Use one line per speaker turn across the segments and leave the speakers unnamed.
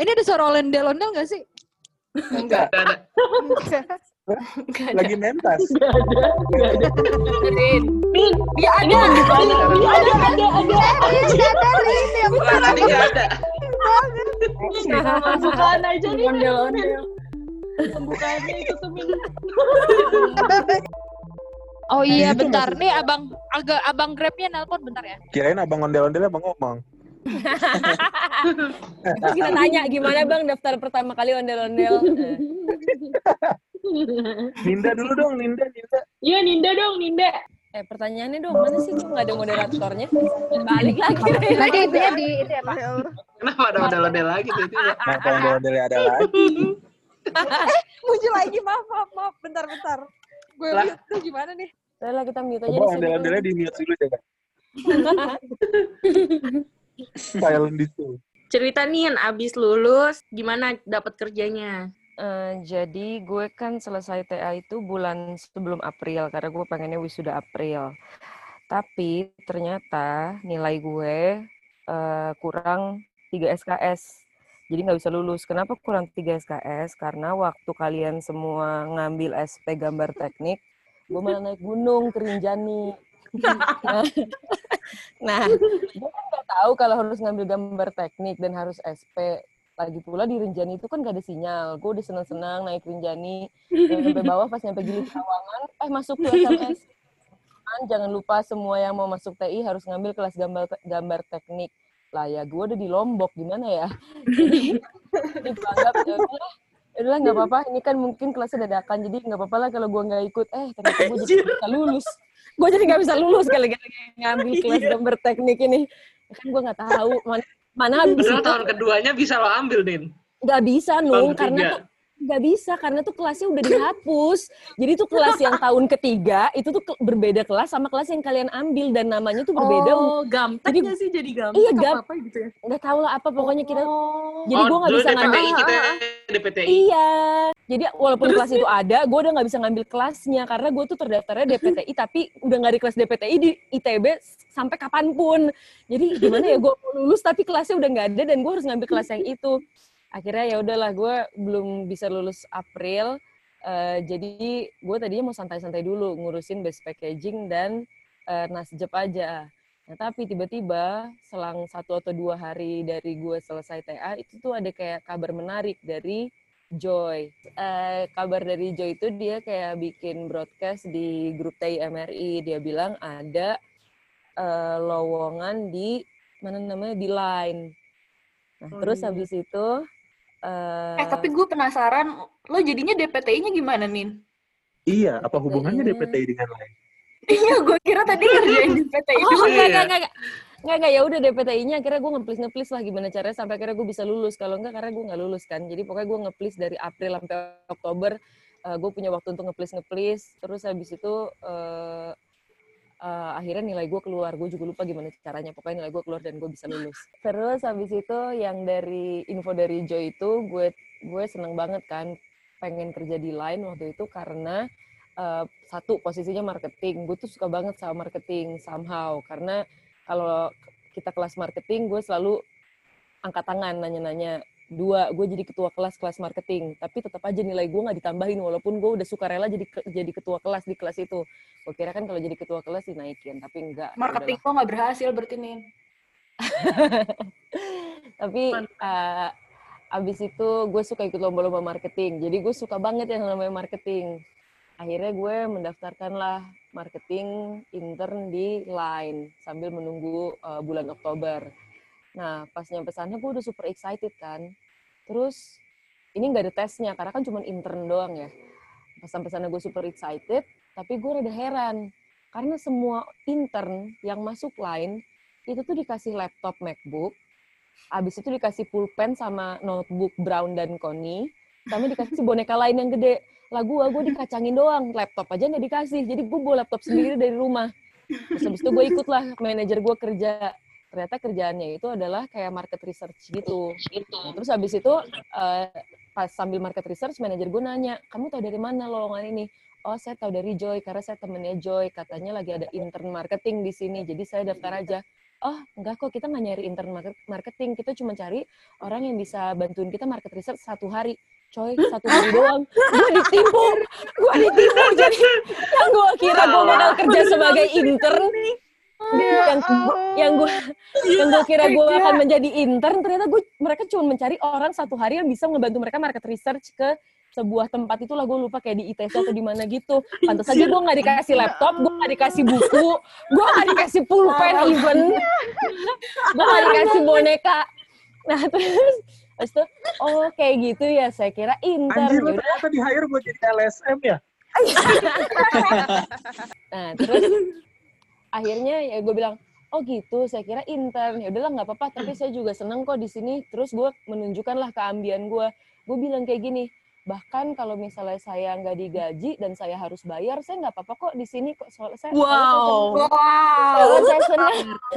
Ini ada suara ondel-ondel nggak sih?
Enggak.
Lagi mentas.
Enggak ada.
Dia ada.
Tadi enggak ada.
Pembukaan aja nih.
Ondel-ondel.
Pembukaannya itu tuh Min.
Oh iya,
Itu
bentar.
maksud-
Nih abang Grabnya nelpon bentar ya.
Kirain abang ondel-ondel abang ngomong.
Terus kita tanya, gimana Bang daftar pertama kali ondel-ondel?
Ninda dulu dong, Ninda.
Iya, Ninda dong, Ninda.
Pertanyaannya dong, mana sih kok nggak ada moderatornya? Balik lagi.
Tadi intinya di itu ya, Pak.
Kenapa ada ondel-ondel lagi tuh itu?
Kenapa ondel-ondelnya ada lagi?
Muncul lagi, maaf. Bentar. Gue
Lah.
mute tuh gimana nih?
Udah lah kita mute aja
Coba
di sini.
ondel-ondelnya di-mute dulu coba. Silent di situ.
Cerita nih, abis lulus, gimana dapat kerjanya?
Jadi gue kan selesai TA itu bulan sebelum April, karena gue pengennya wisuda April. Tapi ternyata nilai gue kurang 3 SKS. Jadi nggak bisa lulus. Kenapa kurang 3 SKS? Karena waktu kalian semua ngambil SP gambar teknik, gue malah naik gunung ke Rinjani. Nah, gue kan nggak tahu kalau harus ngambil gambar teknik dan harus SP. Lagi pula di Rinjani itu kan gak ada sinyal. Gue udah senang-senang naik Rinjani. Sampai bawah pas nyampe Gili Trawangan, masuk kelas SMS. Jangan lupa semua yang mau masuk TI harus ngambil kelas gambar teknik. Lah ya gue udah di Lombok, gimana ya? Jadi gue anggap yaudah nggak apa-apa. Ini kan mungkin kelasnya dadakan, jadi nggak apa-apa lah kalau gue nggak ikut. Ternyata gue jadi nggak bisa lulus. Gue jadi nggak bisa lulus gara-gara ngambil kelas gambar teknik ini. Kan gue nggak tahu mana habis
Padahal
itu
tahun keduanya bisa lo ambil, Din.
nggak bisa Nung,
Tahun
karena
ketiga.
tuh nggak bisa karena tuh kelasnya udah dihapus. Jadi tuh kelas yang tahun ketiga itu tuh berbeda kelas sama kelas yang kalian ambil dan namanya tuh berbeda.
Oh, gamtek
Jadi-
nggak sih jadi gamtek?
Iya,
apa gitu ya?
Nggak tahu lah apa pokoknya kita.
Oh.
Jadi gue nggak
dulu
bisa ngambil.
DPTI kita DPTI.
Iya. Jadi walaupun kelas itu ada, gue udah nggak bisa ngambil kelasnya karena gue tuh terdaftarnya DPTI tapi udah nggak di kelas DPTI di ITB sampai kapanpun. Jadi gimana ya gue mau lulus tapi kelasnya udah nggak ada dan gue harus ngambil kelas yang itu. Akhirnya ya udahlah gue belum bisa lulus April. Jadi gue tadinya mau santai-santai dulu ngurusin base packaging dan nasjep aja. Nah, tapi tiba-tiba selang 1 atau 2 hari dari gue selesai TA itu tuh ada kayak kabar menarik dari Joy. Kabar dari Joy itu dia kayak bikin broadcast di grup TI MRI. Dia bilang ada lowongan di mana namanya di Line. Nah, terus habis itu
Tapi gue penasaran, lo jadinya DPTI-nya gimana, Nin?
Iya, apa hubungannya
DPTI-nya?
DPTI dengan lain?
Iya, gue kira tadi ngerjain DPTI dulu.
Enggak, ya udah DPTI-nya akhirnya gue ngeplis lah gimana caranya sampai akhirnya gue bisa lulus. Kalau enggak karena gue nggak lulus kan. Jadi pokoknya gue ngeplis dari April sampai Oktober. Gue punya waktu untuk ngeplis. Terus habis itu akhirnya nilai gue keluar. Gue juga lupa gimana caranya. Pokoknya nilai gue keluar dan gue bisa lulus. Terus habis itu yang dari info dari Joy itu gue seneng banget kan pengen kerja di Line waktu itu karena satu posisinya marketing. Gue tuh suka banget sama marketing somehow karena kalau kita kelas marketing gue selalu angkat tangan nanya-nanya. 2, gue jadi ketua kelas marketing, tapi tetap aja nilai gue nggak ditambahin walaupun gue udah sukarela jadi ketua kelas di kelas itu. Gue kira kan kalau jadi ketua kelas dinaikin, tapi enggak.
Marketing lo nggak berhasil berarti, Nin.
Tapi abis itu gue suka ikut lomba-lomba marketing, jadi gue suka banget yang namanya marketing. Akhirnya gue mendaftarkanlah marketing intern di Line sambil menunggu bulan Oktober. Nah, pas nyampe sana gue udah super excited kan. Terus, ini nggak ada tesnya, karena kan cuma intern doang ya. Pas sampai sana gue super excited, tapi gue rada heran. Karena semua intern yang masuk Line, itu tuh dikasih laptop MacBook, abis itu dikasih pulpen sama notebook Brown dan Connie, sama dikasih boneka lain yang gede. Lah gue dikacangin doang, laptop aja nggak dikasih. Jadi gue bawa laptop sendiri dari rumah. Terus habis itu gue ikutlah manajer gue kerja. Ternyata kerjaannya itu adalah kayak market research gitu. Nah, terus habis itu pas sambil market research, manajer gue nanya, kamu tahu dari mana lowongan ini? Oh, saya tahu dari Joy, karena saya temennya Joy. Katanya lagi ada intern marketing di sini, jadi saya daftar aja. oh enggak kok, kita nggak nyari intern marketing, kita cuma cari orang yang bisa bantuin kita market research 1 hari. Coy, 1 hari doang. Gue ditipu. Jadi yang gue kira gue bakal kerja sebagai intern, yang gue kira gue akan menjadi intern, ternyata mereka cuma mencari orang 1 hari yang bisa ngebantu mereka market research ke sebuah tempat, itulah gue lupa kayak di ITC atau di mana gitu. Pantas aja gue nggak dikasih laptop, gue nggak dikasih buku, gue nggak dikasih pulpen even, gue nggak dikasih boneka. Nah terus itu, oh kayak gitu ya, saya kira intern.
Anjir, lu ternyata di-hire buat jadi LSM ya?
Nah terus akhirnya ya gue bilang, oh gitu, saya kira intern. Ya udahlah nggak apa-apa, tapi saya juga seneng kok di sini. Terus gue menunjukkanlah keambian gue. Gue bilang kayak gini, bahkan kalau misalnya saya nggak digaji dan saya harus bayar, saya nggak apa-apa kok di sini kok. Soalnya saya senang.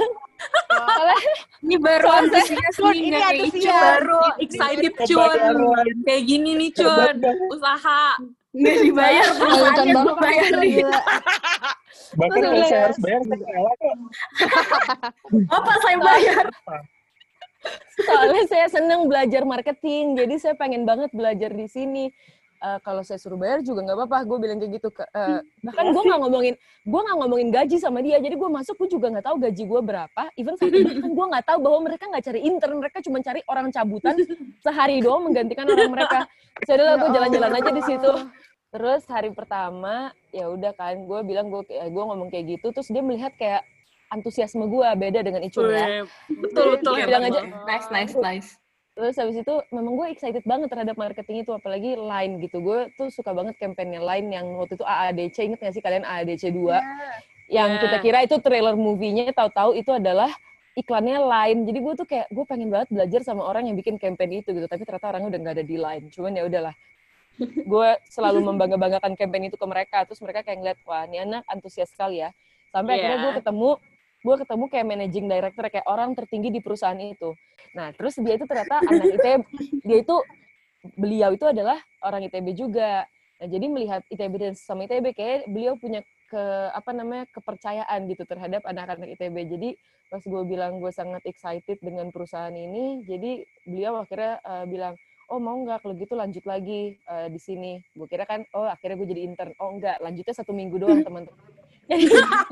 Ini baru antusias nih,
ini
kayak
antusias.
baru excited Cun. Kayak gini nih Cun, usaha.
Nggak dibayar, perusahaannya belum bayar nih.
Bahkan kalau saya harus bayar, saya rela kok.
Apa saya bayar?
Soalnya saya seneng belajar marketing, jadi saya pengen banget belajar di sini. Kalau saya suruh bayar juga nggak apa-apa, gue bilang kayak gitu. Bahkan gue nggak ngomongin gaji sama dia, jadi gue masuk gue juga nggak tahu gaji gue berapa. Even bahkan gue nggak tahu bahwa mereka nggak cari intern, mereka cuma cari orang cabutan sehari doang menggantikan orang mereka. Saya udah gue jalan-jalan aja di situ. Terus hari pertama ya udah kan, gue bilang gue ngomong kayak gitu, terus dia melihat kayak antusiasme gue beda dengan Icun ya.
Betul.
Dia bilang aja,
Nice.
terus habis itu memang gue excited banget terhadap marketing itu, apalagi Line gitu. Gue tuh suka banget campaign-nya Line yang waktu itu AADC, inget gak sih kalian AADC 2? Yang kita kira itu trailer movie-nya, tahu-tahu itu adalah iklannya Line. Jadi gue tuh kayak, gue pengen banget belajar sama orang yang bikin campaign itu gitu, tapi ternyata orangnya udah gak ada di Line. Cuman ya udahlah. Gue selalu membangga-banggakan campaign itu ke mereka, terus mereka kayak ngeliat, wah ini anak antusias sekali ya. Sampai akhirnya gue ketemu kayak managing director, kayak orang tertinggi di perusahaan itu. Nah, terus dia itu ternyata anak ITB, beliau itu adalah orang ITB juga. Nah, jadi melihat ITB dan sama ITB, kayak beliau punya kepercayaan gitu terhadap anak-anak ITB. Jadi pas gue bilang gue sangat excited dengan perusahaan ini, jadi beliau akhirnya bilang, oh mau nggak kalau gitu lanjut lagi di sini. Gue kira kan, oh akhirnya gue jadi intern. Oh enggak, lanjutnya 1 minggu doang teman-teman. Jadi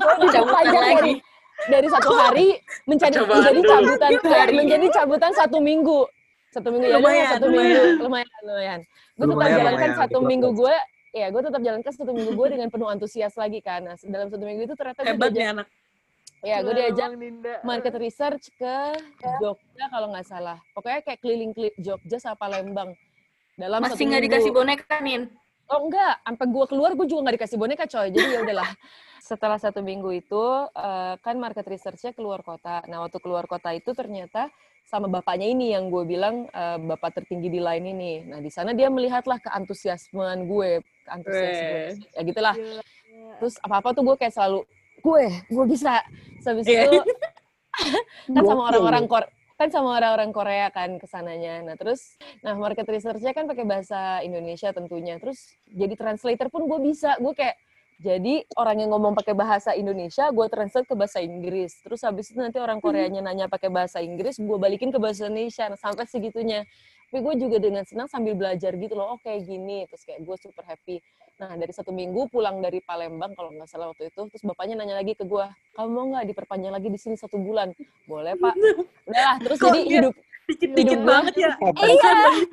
dari 1 hari menjadi cabutan 1 minggu. 1 minggu ya,
lumayan.
1 minggu lumayan. Gue tetap jalankan 1 minggu gue. Ya, gue tetap jalankan 1 minggu gue dengan penuh antusias lagi kan. Nah, dalam 1 minggu itu ternyata
Hebat nih anak.
Ya, gue diajak market research ke Jogja kalau nggak salah. Pokoknya kayak keliling Jogja sama Palembang. Dalam
Masih nggak dikasih boneka, Nin?
Oh enggak, sampai gue keluar gue juga nggak dikasih boneka coy. Jadi ya udahlah. Setelah 1 minggu itu kan market research-nya keluar kota. Nah waktu keluar kota itu ternyata sama bapaknya ini yang gue bilang bapak tertinggi di Line ini. Nah di sana dia melihatlah keantusiasmean gue, ya gitulah. Terus apa-apa tuh gue kayak selalu gue bisa. Habis itu kan sama orang-orang Korea kan kesananya. Nah terus, market research-nya kan pakai bahasa Indonesia tentunya. Terus jadi translator pun gue bisa. Gue kayak jadi orang yang ngomong pakai bahasa Indonesia, gue translate ke bahasa Inggris. Terus habis itu nanti orang Koreanya nanya pakai bahasa Inggris, gue balikin ke bahasa Indonesia. Nah, sampai segitunya. Tapi gue juga dengan senang sambil belajar gitu loh. Oh kayak gini. Terus kayak gue super happy. Nah dari 1 minggu pulang dari Palembang kalau nggak salah waktu itu. Terus bapaknya nanya lagi ke gue, kamu mau nggak diperpanjang lagi di sini 1 bulan? Boleh pak. Udahlah. Terus jadi hidup
Dikit-dikit banget ya.
Iya.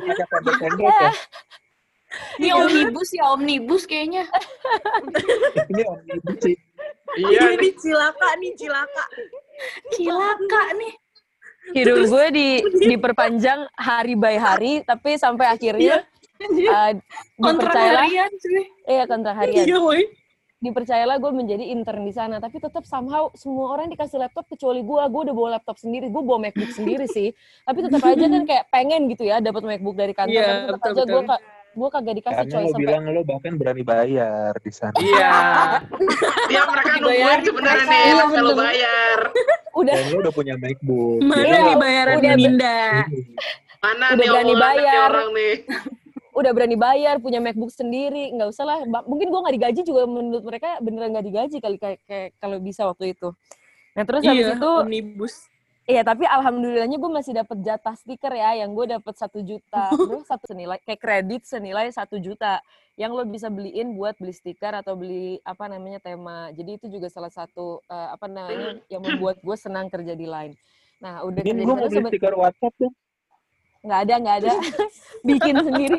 Ini omnibus kayaknya.
Ini omnibus sih.
Iya,
Ini cilaka nih.
Cilaka nih.
Hidup gue diperpanjang hari by hari, tapi sampai akhirnya
Kontrak harian cuy.
Iya kontrak harian.
Iya, woy.
Dipercayalah gue menjadi intern di sana, tapi tetap somehow semua orang dikasih laptop kecuali gue udah bawa laptop sendiri, gue bawa MacBook sendiri sih, tapi tetap aja kan kayak pengen gitu ya dapat MacBook dari kantor,
Iya,
tapi tetap aja gue kagak dikasih
Karena
coy
lo
sampai
bilang lo bahkan berani bayar di sana.
Iya. Dia mereka nungguin sebenarnya nih kalau bayar.
udah
Dan lo udah punya MacBook.
Mana
Jadi
nih bayaran
udah-
Dinda?
Mana
Udah
nih
berani
omongannya
bayar.
orang nih.
udah berani bayar, punya MacBook sendiri, nggak usah lah. Mungkin gue nggak digaji juga menurut mereka beneran nggak digaji kali kayak kalau bisa waktu itu. Nah terus habis
Iya,
itu,
omnibus.
iya tapi alhamdulillahnya gue masih dapat jatah stiker ya, yang gue dapat 1 juta, terus senilai kayak kredit senilai 1 juta, yang lo bisa beliin buat beli stiker atau beli apa namanya tema. Jadi itu juga salah satu apa namanya yang membuat gue senang kerja di Line. Nah udah kerja
Din,
di
gue mau
sana
beli stiker WhatsApp dong.
nggak ada, bikin sendiri.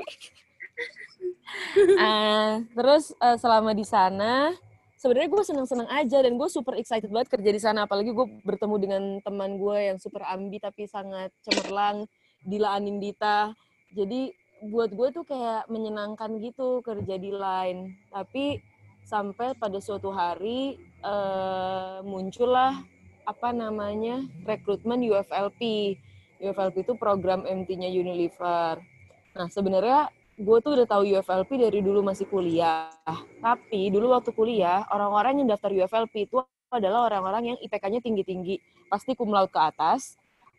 Terus selama di sana sebenarnya gue senang-senang aja dan gue super excited banget kerja di sana, apalagi gue bertemu dengan teman gue yang super ambi tapi sangat cemerlang, Dila Anindita. Jadi buat gue tuh kayak menyenangkan gitu kerja di Line. Tapi sampai pada suatu hari muncullah apa namanya rekrutmen UFLP. UFLP itu program MT-nya Unilever. Nah sebenarnya gue tuh udah tahu UFLP dari dulu masih kuliah. Tapi dulu waktu kuliah, orang-orang yang daftar UFLP itu adalah orang-orang yang IPK-nya tinggi-tinggi. Pasti cum laude ke atas.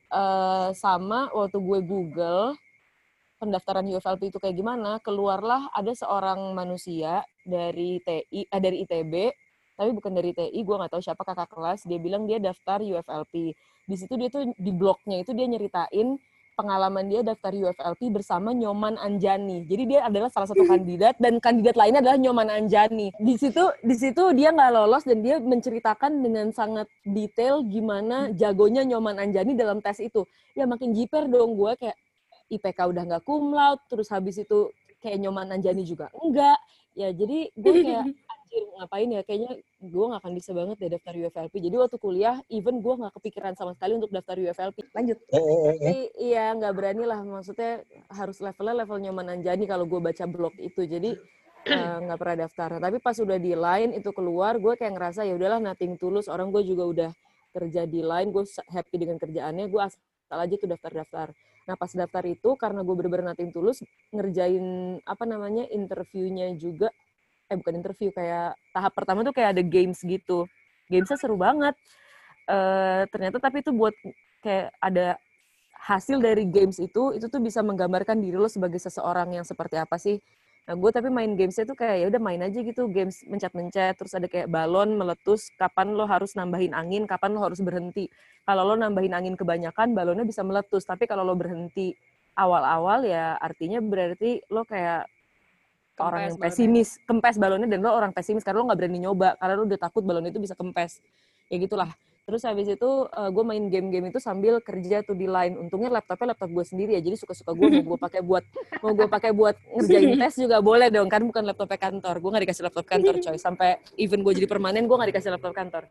Sama waktu gue Google pendaftaran UFLP itu kayak gimana, keluarlah ada seorang manusia dari dari ITB, tapi bukan dari TI, gue nggak tahu siapa kakak kelas, dia bilang dia daftar UFLP. Di situ dia tuh di blognya itu dia nyeritain pengalaman dia daftar UFLP bersama Nyoman Anjani. Jadi dia adalah salah satu kandidat dan kandidat lainnya adalah Nyoman Anjani. Di situ dia nggak lolos dan dia menceritakan dengan sangat detail gimana jagonya Nyoman Anjani dalam tes itu. Ya makin jiper dong gue kayak IPK udah nggak cum laude, terus habis itu kayak Nyoman Anjani juga enggak. Ya jadi gue kayak anjir ngapain ya, kayaknya gue nggak akan bisa banget deh daftar UFLP. Jadi waktu kuliah even gue nggak kepikiran sama sekali untuk daftar UFLP. Lanjut. Iya nggak berani lah, maksudnya harus levelnya level Nyoman Anjani kalau gue baca blog itu. Jadi nggak pernah daftar. Tapi pas udah di Line itu keluar, gue kayak ngerasa ya udahlah nothing tulus. Orang gue juga udah kerja di Line, gue happy dengan kerjaannya, gue asal aja tuh daftar. Nah pas daftar itu karena gue bener-bener nothing tulus, ngerjain apa namanya interviewnya juga, bukan interview, kayak tahap pertama tuh kayak ada games gitu. Gamesnya seru banget. Ternyata tapi itu buat kayak ada hasil dari games itu tuh bisa menggambarkan diri lo sebagai seseorang yang seperti apa sih. Nah gue tapi main gamesnya tuh kayak ya udah main aja gitu, games mencet-mencet, terus ada kayak balon meletus, kapan lo harus nambahin angin, kapan lo harus berhenti. Kalau lo nambahin angin kebanyakan, balonnya bisa meletus, tapi kalau lo berhenti awal-awal ya artinya berarti lo kayak orang yang pesimis, kempes balonnya, dan lo orang pesimis karena lo nggak berani nyoba, karena lo udah takut balonnya itu bisa kempes. Ya gitulah. Terus habis itu gue main game-game itu sambil kerja tuh di Line. Untungnya laptop gue sendiri ya, jadi suka-suka gue mau gue pakai buat ngerjain tes juga boleh dong, kan bukan laptop kantor. Gue nggak dikasih laptop kantor coy, sampai even gue jadi permanen gue nggak dikasih laptop kantor.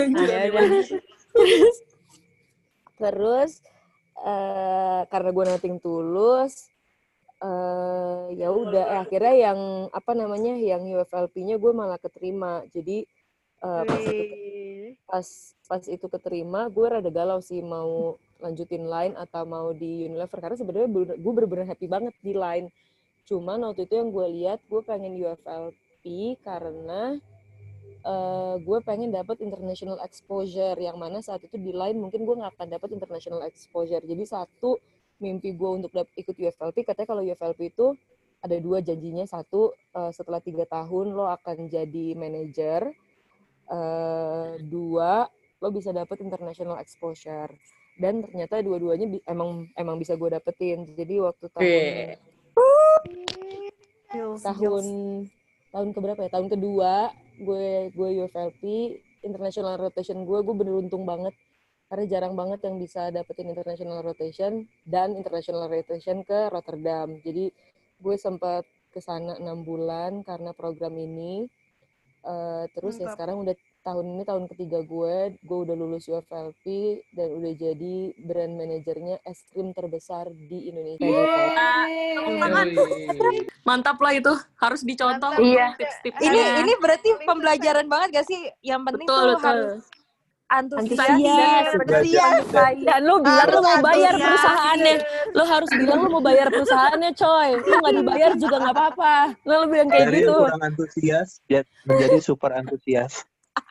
Terus karena gue nothing tulus, ya udah akhirnya yang apa namanya yang UFLP-nya gue malah keterima. Jadi pas itu keterima, gue rada galau sih mau lanjutin Line atau mau di Unilever, karena sebenarnya gue bener-bener happy banget di Line. Cuman waktu itu yang gue lihat, gue pengen UFLP karena gue pengen dapat international exposure, yang mana saat itu di Line mungkin gue nggak akan dapat international exposure. Jadi satu mimpi gue untuk ikut UFLP, katanya kalau UFLP itu ada 2 janjinya. Satu, setelah 3 tahun lo akan jadi manajer. 2, lo bisa dapet international exposure. Dan ternyata dua-duanya emang bisa gue dapetin. Jadi waktu tahun keberapa ya? Tahun kedua gue UFLP, international rotation gue bener untung banget. Karena jarang banget yang bisa dapetin international rotation dan international rotation ke Rotterdam. Jadi gue sempat kesana 6 bulan karena program ini. Terus ya sekarang udah tahun ketiga gue udah lulus UFLP dan udah jadi brand manajernya es krim terbesar di Indonesia.
Mantap lah itu, harus dicontoh.
Iya.
Tips-tipsnya.
Ini berarti pembelajaran banget gak sih? Yang penting
Betul.
harus antusias.
Dan lo bilang lo mau bayar perusahaannya. Lo harus bilang lo mau bayar perusahaannya, coy. Lo nggak dibayar juga nggak apa-apa. Lo bilang kayak
dari
gitu.
kurang antusias menjadi super antusias.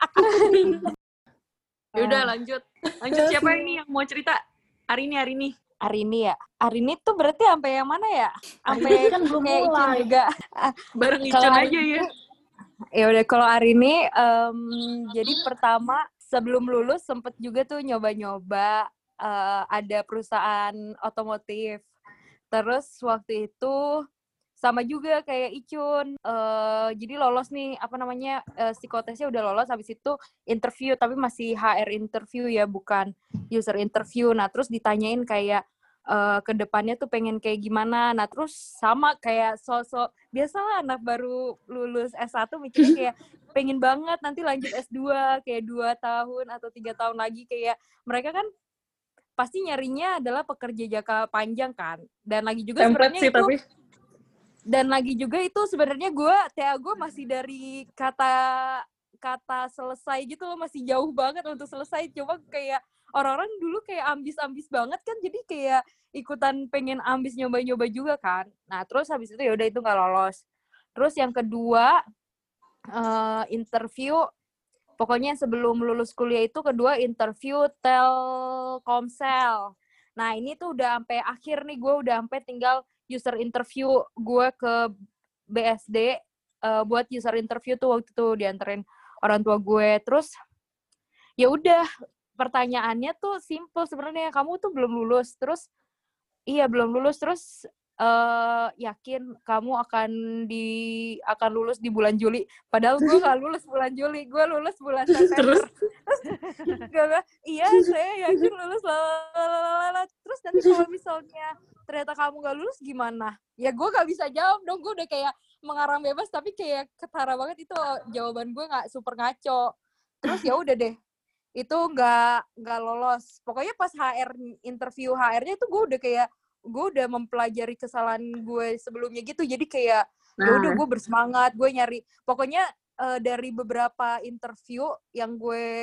Yaudah lanjut siapa ini yang mau cerita hari ini?
Arini tuh berarti sampai yang mana ya? Sampai
kan belum
kayak Icun
mulai.
juga.
Bareng Icun aja ya.
Ya udah, kalau Arini jadi pertama sebelum lulus sempet juga tuh nyoba-nyoba ada perusahaan otomotif. Terus waktu itu sama juga kayak Icun, jadi lolos nih psikotesnya udah lolos, habis itu interview, tapi masih HR interview ya, bukan user interview. Nah terus ditanyain kayak ke depannya tuh pengen kayak gimana. Nah terus sama kayak sosok biasalah anak baru lulus S1 mikirnya kayak pengen banget nanti lanjut S2 kayak 2 tahun atau 3 tahun lagi, kayak mereka kan pasti nyarinya adalah pekerja jangka panjang kan. Dan lagi juga sebenarnya itu
tapi
dan lagi juga itu sebenarnya TA gue masih dari kata selesai gitu loh, masih jauh banget untuk selesai. Cuma kayak orang-orang dulu kayak ambis-ambis banget kan, jadi kayak ikutan pengen ambis nyoba-nyoba juga kan. Nah terus habis itu ya udah itu nggak lolos. Terus yang kedua interview, pokoknya sebelum lulus kuliah itu kedua interview Telkomsel. Nah ini tuh udah sampai akhir nih, gue udah sampai tinggal user interview. Gue ke BSD buat user interview tuh waktu itu dianterin orang tua gue. Terus ya udah, pertanyaannya tuh simple sebenarnya, kamu tuh belum lulus. Terus iya belum lulus, terus yakin kamu akan lulus di bulan Juli. Padahal gue gak lulus bulan Juli, gue lulus bulan September. Terus iya saya yakin lulus, lalalala. Terus nanti kalau misalnya ternyata kamu gak lulus gimana? Ya gue gak bisa jawab dong, gue udah kayak mengarang bebas, tapi kayak ketara banget itu jawaban gue, gak super ngaco. Terus ya udah deh, itu nggak lolos. Pokoknya pas interview HR-nya itu gue udah mempelajari kesalahan gue sebelumnya gitu. Jadi kayak ya udah gue bersemangat, gue nyari. Pokoknya dari beberapa interview yang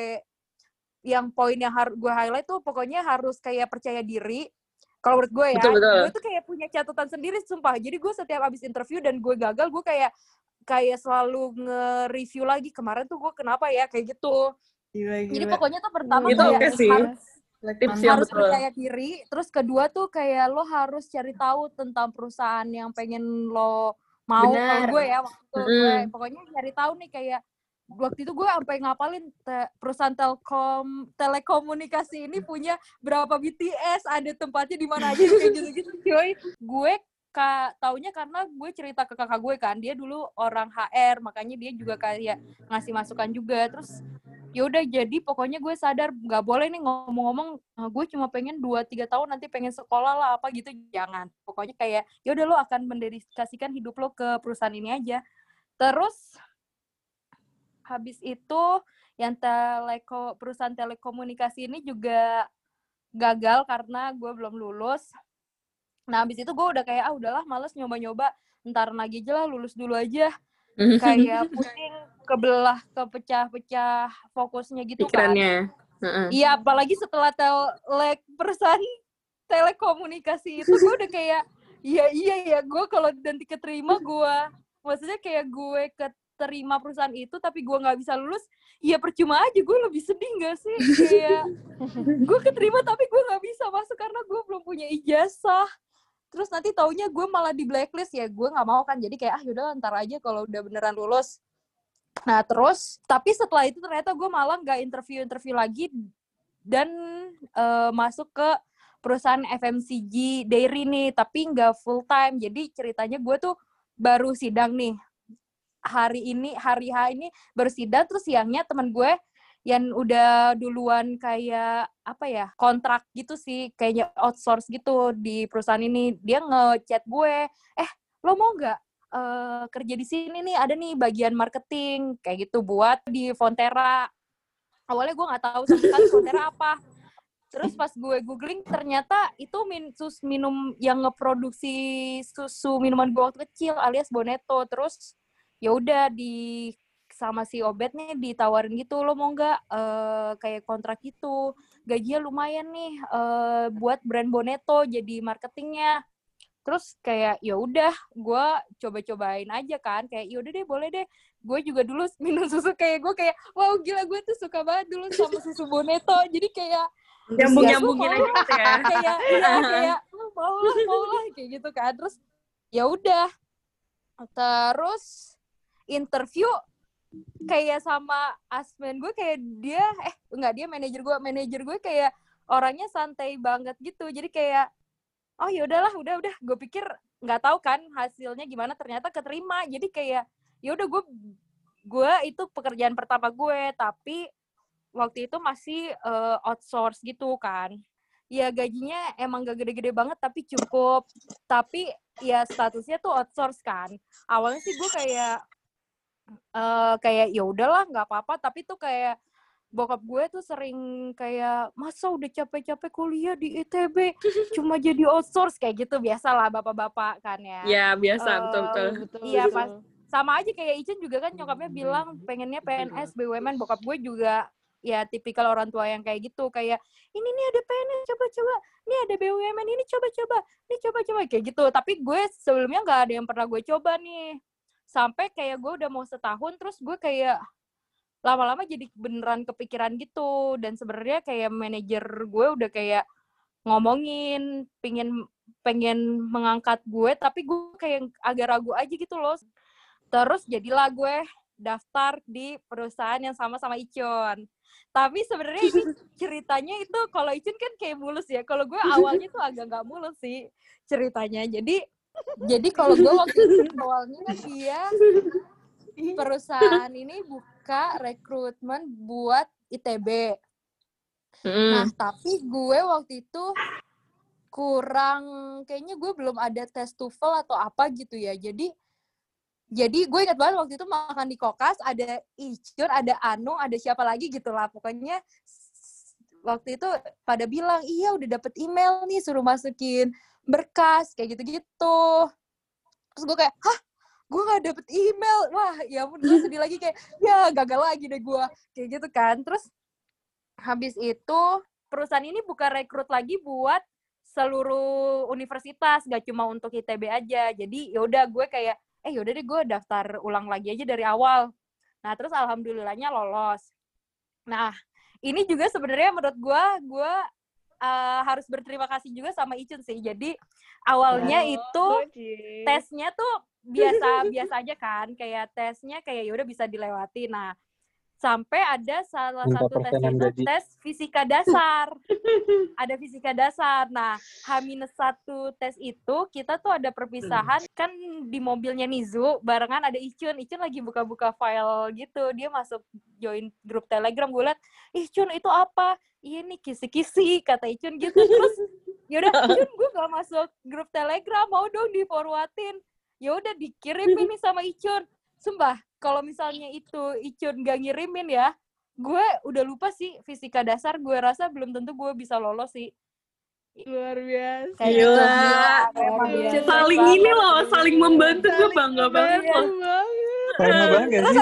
poin yang gue highlight tuh pokoknya harus kayak percaya diri. Kalau menurut gue ya, gue tuh kayak punya catatan sendiri sumpah. Jadi gue setiap abis interview dan gue gagal, gue kayak selalu nge-review lagi, kemarin tuh gue kenapa ya, kayak gitu.
Gila.
Jadi pokoknya tuh pertama
itu
kayak harus
betul.
percaya diri. Terus kedua tuh kayak lo harus cari tahu tentang perusahaan yang pengen lo mau. Kalau gue ya waktu itu gue pokoknya cari tahu nih, kayak waktu itu gue sampai ngapalin perusahaan telekomunikasi ini punya berapa BTS, ada tempatnya di mana aja, kayak gitu-gitu coy. Gue taunya karena gue cerita ke kakak gue kan, dia dulu orang HR, makanya dia juga kayak ngasih masukan juga. Terus yaudah, jadi pokoknya gue sadar nggak boleh nih ngomong-ngomong gue cuma pengen 2-3 tahun nanti pengen sekolah lah apa gitu, jangan. Pokoknya kayak yaudah lo akan mendedikasikan hidup lo ke perusahaan ini aja. Terus habis itu yang perusahaan telekomunikasi ini juga gagal karena gue belum lulus. Nah habis itu gue udah kayak udahlah males nyoba-nyoba, ntar lagi aja lah, lulus dulu aja. Kayak pusing, kepecah-pecah fokusnya gitu pikirannya. Kan iya, apalagi setelah perusahaan telekomunikasi itu gue udah kayak iya gue kalau nanti keterima, maksudnya kayak gue keterima perusahaan itu tapi gue nggak bisa lulus, ya percuma aja, gue lebih sedih nggak sih? Kayak gue keterima tapi gue nggak bisa masuk karena gue belum punya ijazah. Terus nanti taunya gue malah di blacklist, ya gue nggak mau kan. Jadi kayak yaudah ntar aja kalau udah beneran lulus. Nah terus tapi setelah itu ternyata gue malah nggak interview lagi dan masuk ke perusahaan FMCG dairy nih, tapi nggak full time. Jadi ceritanya gue tuh baru sidang nih hari H ini baru sidang. Terus siangnya teman gue yang udah duluan kayak kontrak gitu sih, kayaknya outsource gitu di perusahaan ini, dia ngechat gue, lo mau nggak kerja di sini nih, ada nih bagian marketing kayak gitu buat di Fonterra. Awalnya gue nggak tahu sama sekali Fonterra apa. Terus pas gue googling ternyata itu minum yang ngeproduksi susu minuman gue waktu kecil alias Bonetto. Terus ya udah sama si Obet nih ditawarin gitu, lo mau nggak kayak kontrak gitu, gajinya lumayan nih buat brand Bonetto jadi marketingnya. Terus kayak ya udah gue coba-cobain aja kan, kayak yaudah deh boleh deh. Gue juga dulu minum susu, kayak gue kayak wow gila, gue tuh suka banget dulu sama susu Bonetto, jadi kayak
nyambung-nyambungin aja gitu ya.
kayak mau lah kayak gitu kan. Terus ya udah, terus interview kayak sama asmen gue kayak dia dia manajer gue kayak orangnya santai banget gitu. Jadi kayak oh ya udahlah, udah gue pikir nggak tahu kan hasilnya gimana, ternyata keterima. Jadi kayak ya udah gue itu pekerjaan pertama gue, tapi waktu itu masih outsource gitu kan. Ya gajinya emang gak gede-gede banget tapi cukup. Tapi ya statusnya tuh outsource kan. Awalnya sih gue kayak ya udahlah nggak apa-apa, tapi tuh kayak bokap gue tuh sering kayak masa udah capek-capek kuliah di ITB cuma jadi outsource kayak gitu, biasalah bapak-bapak kan ya.
Ya biasa, betul.
Iya pas sama aja kayak Icen juga kan nyokapnya bilang pengennya PNS BUMN, bokap gue juga ya tipikal orang tua yang kayak gitu, kayak ini nih ada PNS coba-coba, ini ada BUMN ini coba-coba kayak gitu. Tapi gue sebelumnya nggak ada yang pernah gue coba nih, sampai kayak gue udah mau setahun terus gue kayak lama-lama jadi beneran kepikiran gitu. Dan sebenarnya kayak manajer gue udah kayak ngomongin pengen mengangkat gue, tapi gue kayak agak ragu aja gitu loh. Terus jadilah gue daftar di perusahaan yang sama Icun. Tapi sebenarnya ini ceritanya itu kalau Icun kan kayak mulus ya. Kalau gue awalnya tuh agak nggak mulus sih ceritanya. Jadi kalau gue waktu itu awalnya dia perusahaan ini buka rekrutmen buat ITB. Nah, tapi gue waktu itu kayaknya gue belum ada tes TOEFL atau apa gitu ya. Jadi gue ingat banget waktu itu makan di Kokas, ada Icun, ada Anung, ada siapa lagi gitu lah. Pokoknya waktu itu pada bilang, iya udah dapet email nih, suruh masukin berkas, kayak gitu-gitu. Terus gue kayak, hah? Gue gak dapet email. Wah, ya ampun, gue sedih lagi kayak, ya gagal lagi deh gue. Kayak gitu kan. Terus habis itu perusahaan ini buka rekrut lagi buat seluruh universitas, gak cuma untuk ITB aja. Jadi yaudah gue kayak, yaudah deh gue daftar ulang lagi aja dari awal. Nah terus alhamdulillahnya lolos. Nah ini juga sebenarnya menurut gue harus berterima kasih juga sama Icun sih. Jadi awalnya itu tesnya tuh biasa aja kan, kayak tesnya kayak yaudah bisa dilewati. Nah sampai ada salah satu tesnya itu tes fisika dasar. Ada fisika dasar. Nah, H-1 tes itu kita tuh ada perpisahan kan di mobilnya Nizu, barengan ada Icun. Icun lagi buka-buka file gitu. Dia masuk join grup Telegram. Gue liat, Icun itu apa? Iya nih kisi-kisi kata Icun gitu. Terus yaudah Icun gue gak masuk grup Telegram, mau dong di-forwardin. Yaudah dikirim ini sama Icun. Sumpah, kalau misalnya itu Icun gak ngirimin ya, gue udah lupa sih fisika dasar. Gue rasa belum tentu gue bisa lolos sih.
Luar biasa.
Gila.
Saling ini loh, saling membantu. Gue bangga banget loh.
Karma banget sih.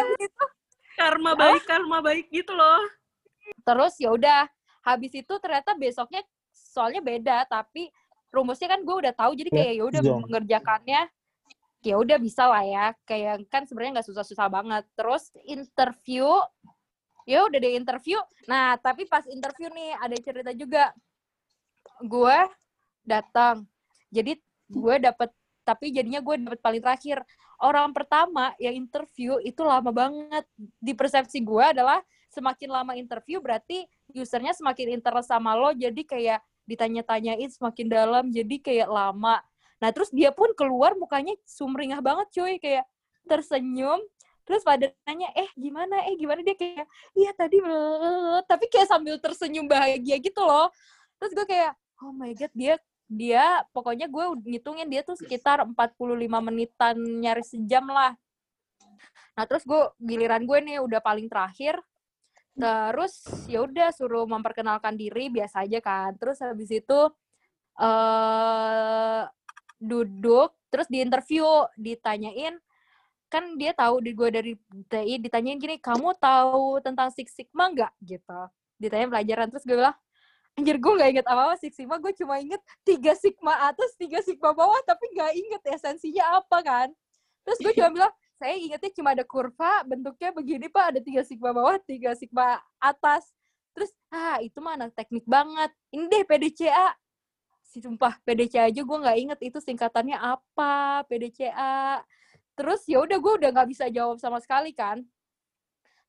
Karma baik gitu loh.
Terus ya udah, habis itu ternyata besoknya soalnya beda, tapi rumusnya kan gue udah tahu, jadi kayak ya udah mengerjakannya ya udah bisa lah ya, kayak kan sebenarnya nggak susah-susah banget. Terus interview, ya udah deh interview. Nah tapi pas interview nih ada cerita juga. Gue datang, jadi gue dapet, tapi jadinya gue dapet paling terakhir. Orang pertama yang interview itu lama banget. Di persepsi gue adalah semakin lama interview berarti usernya semakin interest sama lo, jadi kayak ditanya-tanyain semakin dalam, jadi kayak lama. Nah, terus dia pun keluar mukanya sumringah banget, cuy. Kayak tersenyum. Terus pada nanya, gimana? Dia kayak, iya tadi, tapi kayak sambil tersenyum bahagia gitu loh. Terus gue kayak, oh my God, dia pokoknya gue ngitungin dia tuh sekitar 45 menitan, nyaris sejam lah. Nah, terus giliran gue nih udah paling terakhir. Terus ya udah suruh memperkenalkan diri, biasa aja kan. Terus habis itu, duduk, terus di interview, ditanyain, kan dia tahu gue dari TI, ditanyain gini, kamu tahu tentang Six Sigma nggak? Gitu. Ditanya pelajaran, terus gue bilang, anjir gue nggak inget apa-apa Six Sigma, gue cuma inget 3 Sigma atas, 3 Sigma bawah, tapi nggak inget esensinya apa kan. Terus gue cuma bilang, saya ingetnya cuma ada kurva, bentuknya begini Pak, ada 3 Sigma bawah, 3 Sigma atas. Terus, itu mah anak teknik banget. Ini deh PDCA. Sumpah PDCA aja gue nggak inget itu singkatannya apa, PDCA. Terus ya udah gue udah nggak bisa jawab sama sekali kan.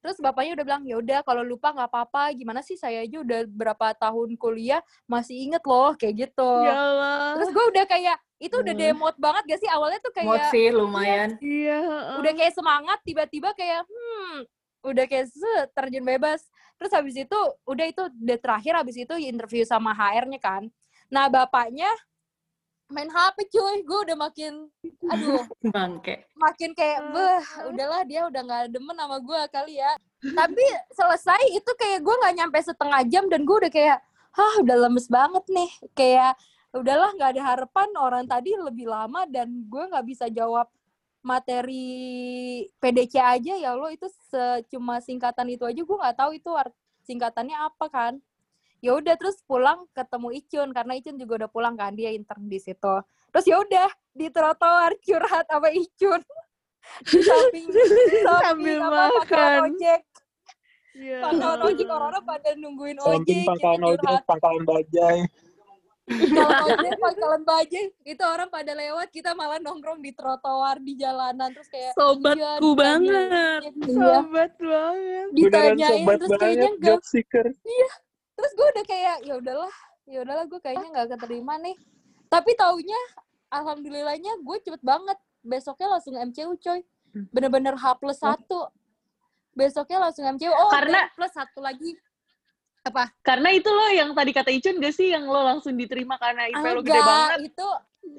Terus bapaknya udah bilang, ya udah kalau lupa nggak apa-apa. Gimana sih, saya aja udah berapa tahun kuliah masih inget loh kayak gitu.
Ya Allah.
Terus gue udah kayak itu udah demot banget gak sih awalnya tuh kayak.
Mod sih lumayan.
Iya.
Udah kayak semangat, tiba-tiba kayak udah kayak terjun bebas. Terus habis itu udah itu terakhir, habis itu interview sama HR-nya kan. Nah bapaknya main HP cuy, gue udah makin
bangke.
Makin kayak udahlah dia udah nggak demen sama gue kali ya. Tapi selesai itu kayak gue nggak nyampe setengah jam dan gue udah kayak udah lemes banget nih, kayak udahlah nggak ada harapan, orang tadi lebih lama dan gue nggak bisa jawab materi PDC aja, ya Allah itu cuma singkatan itu aja gue nggak tahu itu singkatannya apa kan. Ya udah terus pulang ketemu Icun karena Icun juga udah pulang kan, dia intern di situ. Terus ya udah di trotoar curhat sama Icun di samping
sambil
sama pangkalan
makan.
ojek.
Iya.
Pangkalan ojek, orang-orang pada nungguin
Samping
ojek.
pangkalan ojek, pangkalan bajai.
Pangkalan bajai itu orang pada lewat, kita malah nongkrong di trotoar di jalanan terus kayak
Sobatku banget.
Iya.
Sobat banget.
Beneran
Ditanyain
sobat
terus
banget,
kayaknya enggak.
job seeker.
Iya. Terus gue udah kayak ya udahlah gue kayaknya nggak keterima nih. Tapi taunya alhamdulillahnya gue cepet banget. Besoknya langsung MCU coy. Bener-bener H+1. Besoknya langsung MCU.
Karena
plus satu lagi. Apa?
Karena itu lo yang tadi kata Icun gak sih, yang lo langsung diterima karena IP lo gede banget?
Itu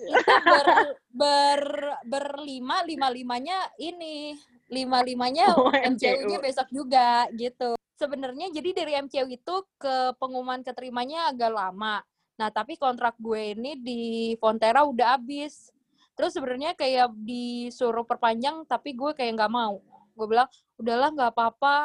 lima-limanya ini. Lima-limanya MCU-nya besok juga gitu. Sebenarnya jadi dari MCU itu ke pengumuman keterimanya agak lama. Nah, tapi kontrak gue ini di Fonterra udah habis. Terus sebenarnya kayak disuruh perpanjang, tapi gue kayak nggak mau. Gue bilang, udahlah nggak apa-apa,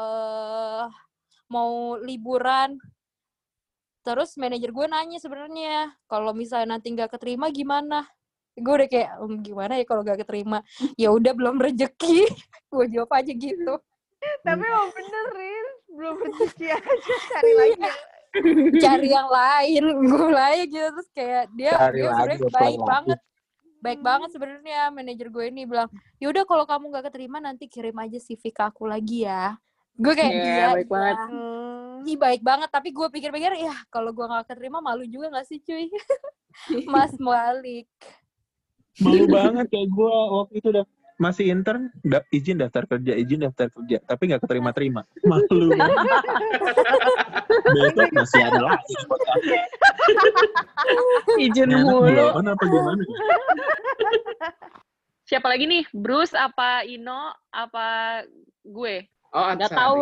mau liburan. Terus manajer gue nanya sebenarnya, kalau misalnya nanti nggak keterima gimana? Gue udah kayak, gimana ya kalau nggak keterima? Ya udah belum rezeki. Gue jawab aja gitu.
Tapi mau benerin, belum rezeki aja, cari lagi.
Cari yang lain, gue aja gitu. Terus kayak dia sebenarnya baik banget sebenarnya. Manajer gue ini bilang, yaudah kalau kamu nggak keterima nanti kirim aja CV ke aku lagi ya. Gue kayak
baik banget.
Ih baik banget, tapi gue pikir-pikir ya kalau gue nggak keterima malu juga nggak sih cuy. Mas Malik.
Malu banget kayak gue waktu itu udah masih intern, izin daftar kerja, tapi nggak keterima-terima. Malu. Besok masih ada lagi.
Izin mulu.
Apa gimana?
Siapa lagi nih? Bruce apa Ino apa gue?
Oh,
Nggak tahu.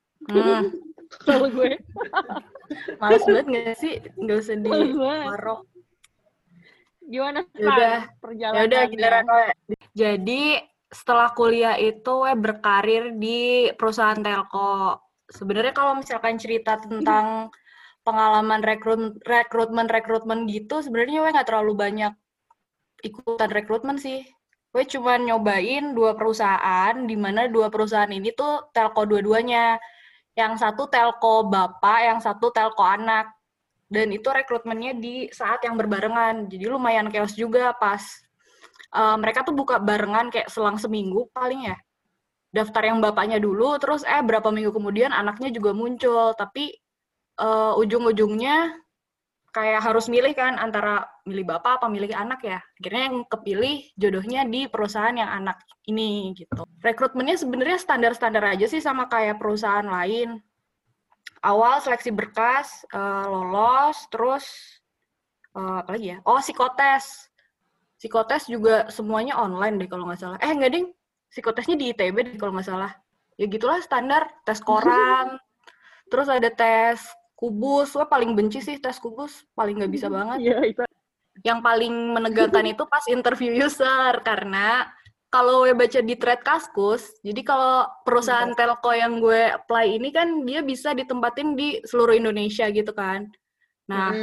Kalau gue.
Males banget nggak sih? Nggak usah di marok.
Gimana?
Ya udah giliran gue. Jadi setelah kuliah itu berkarir di perusahaan telco. Sebenarnya kalau misalkan cerita tentang pengalaman rekrutmen gitu, sebenarnya gue nggak terlalu banyak ikutan rekrutmen sih. Gue cuma nyobain 2 perusahaan, di mana 2 perusahaan ini tuh telco dua-duanya. Yang satu telco bapak, yang satu telco anak. Dan itu rekrutmennya di saat yang berbarengan. Jadi lumayan chaos juga pas mereka tuh buka barengan kayak selang seminggu paling ya. Daftar yang bapaknya dulu, terus berapa minggu kemudian anaknya juga muncul. Tapi ujung-ujungnya kayak harus milih kan antara milih bapak apa milih anak ya. Akhirnya yang kepilih jodohnya di perusahaan yang anak ini gitu. Rekrutmennya sebenarnya standar-standar aja sih sama kayak perusahaan lain. Awal seleksi berkas, lolos, terus apa lagi ya? Oh, psikotes. Psikotes juga semuanya online deh kalau nggak salah. Nggak ding, psikotesnya di ITB deh kalau nggak salah. Ya gitulah standar, tes koran, terus ada tes kubus. Wah, paling benci sih tes kubus, paling nggak bisa banget.
Iya, itu.
Yang paling menegangkan itu pas interview user, karena kalau gue baca di thread Kaskus, jadi kalau perusahaan telco yang gue apply ini kan dia bisa ditempatin di seluruh Indonesia gitu kan. Nah,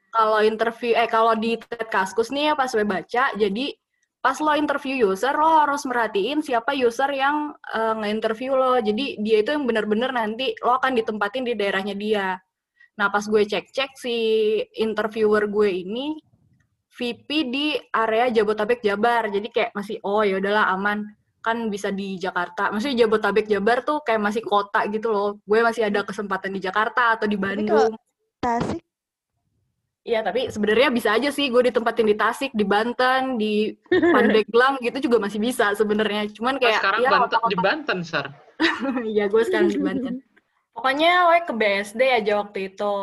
kalau di thread Kaskus nih ya pas gue baca, jadi pas lo interview user, lo harus merhatiin siapa user yang nge-interview lo. Jadi dia itu yang benar-benar nanti lo akan ditempatin di daerahnya dia. Nah, pas gue cek-cek si interviewer gue ini VP di area Jabodetabek Jabar. Jadi kayak masih ya udahlah aman. kan bisa di Jakarta. Maksudnya Jabotabek, Jabar tuh kayak masih kota gitu loh. Gue masih ada kesempatan di Jakarta atau di Bandung.
Tasik?
Iya, tapi sebenarnya bisa aja sih gue ditempatin di Tasik, di Banten, di Pandeglang gitu juga masih bisa sebenarnya. Cuman kayak
sekarang
ya,
di Banten, Sar.
Iya, gue sekarang di Banten. Pokoknya gue ke BSD aja waktu itu.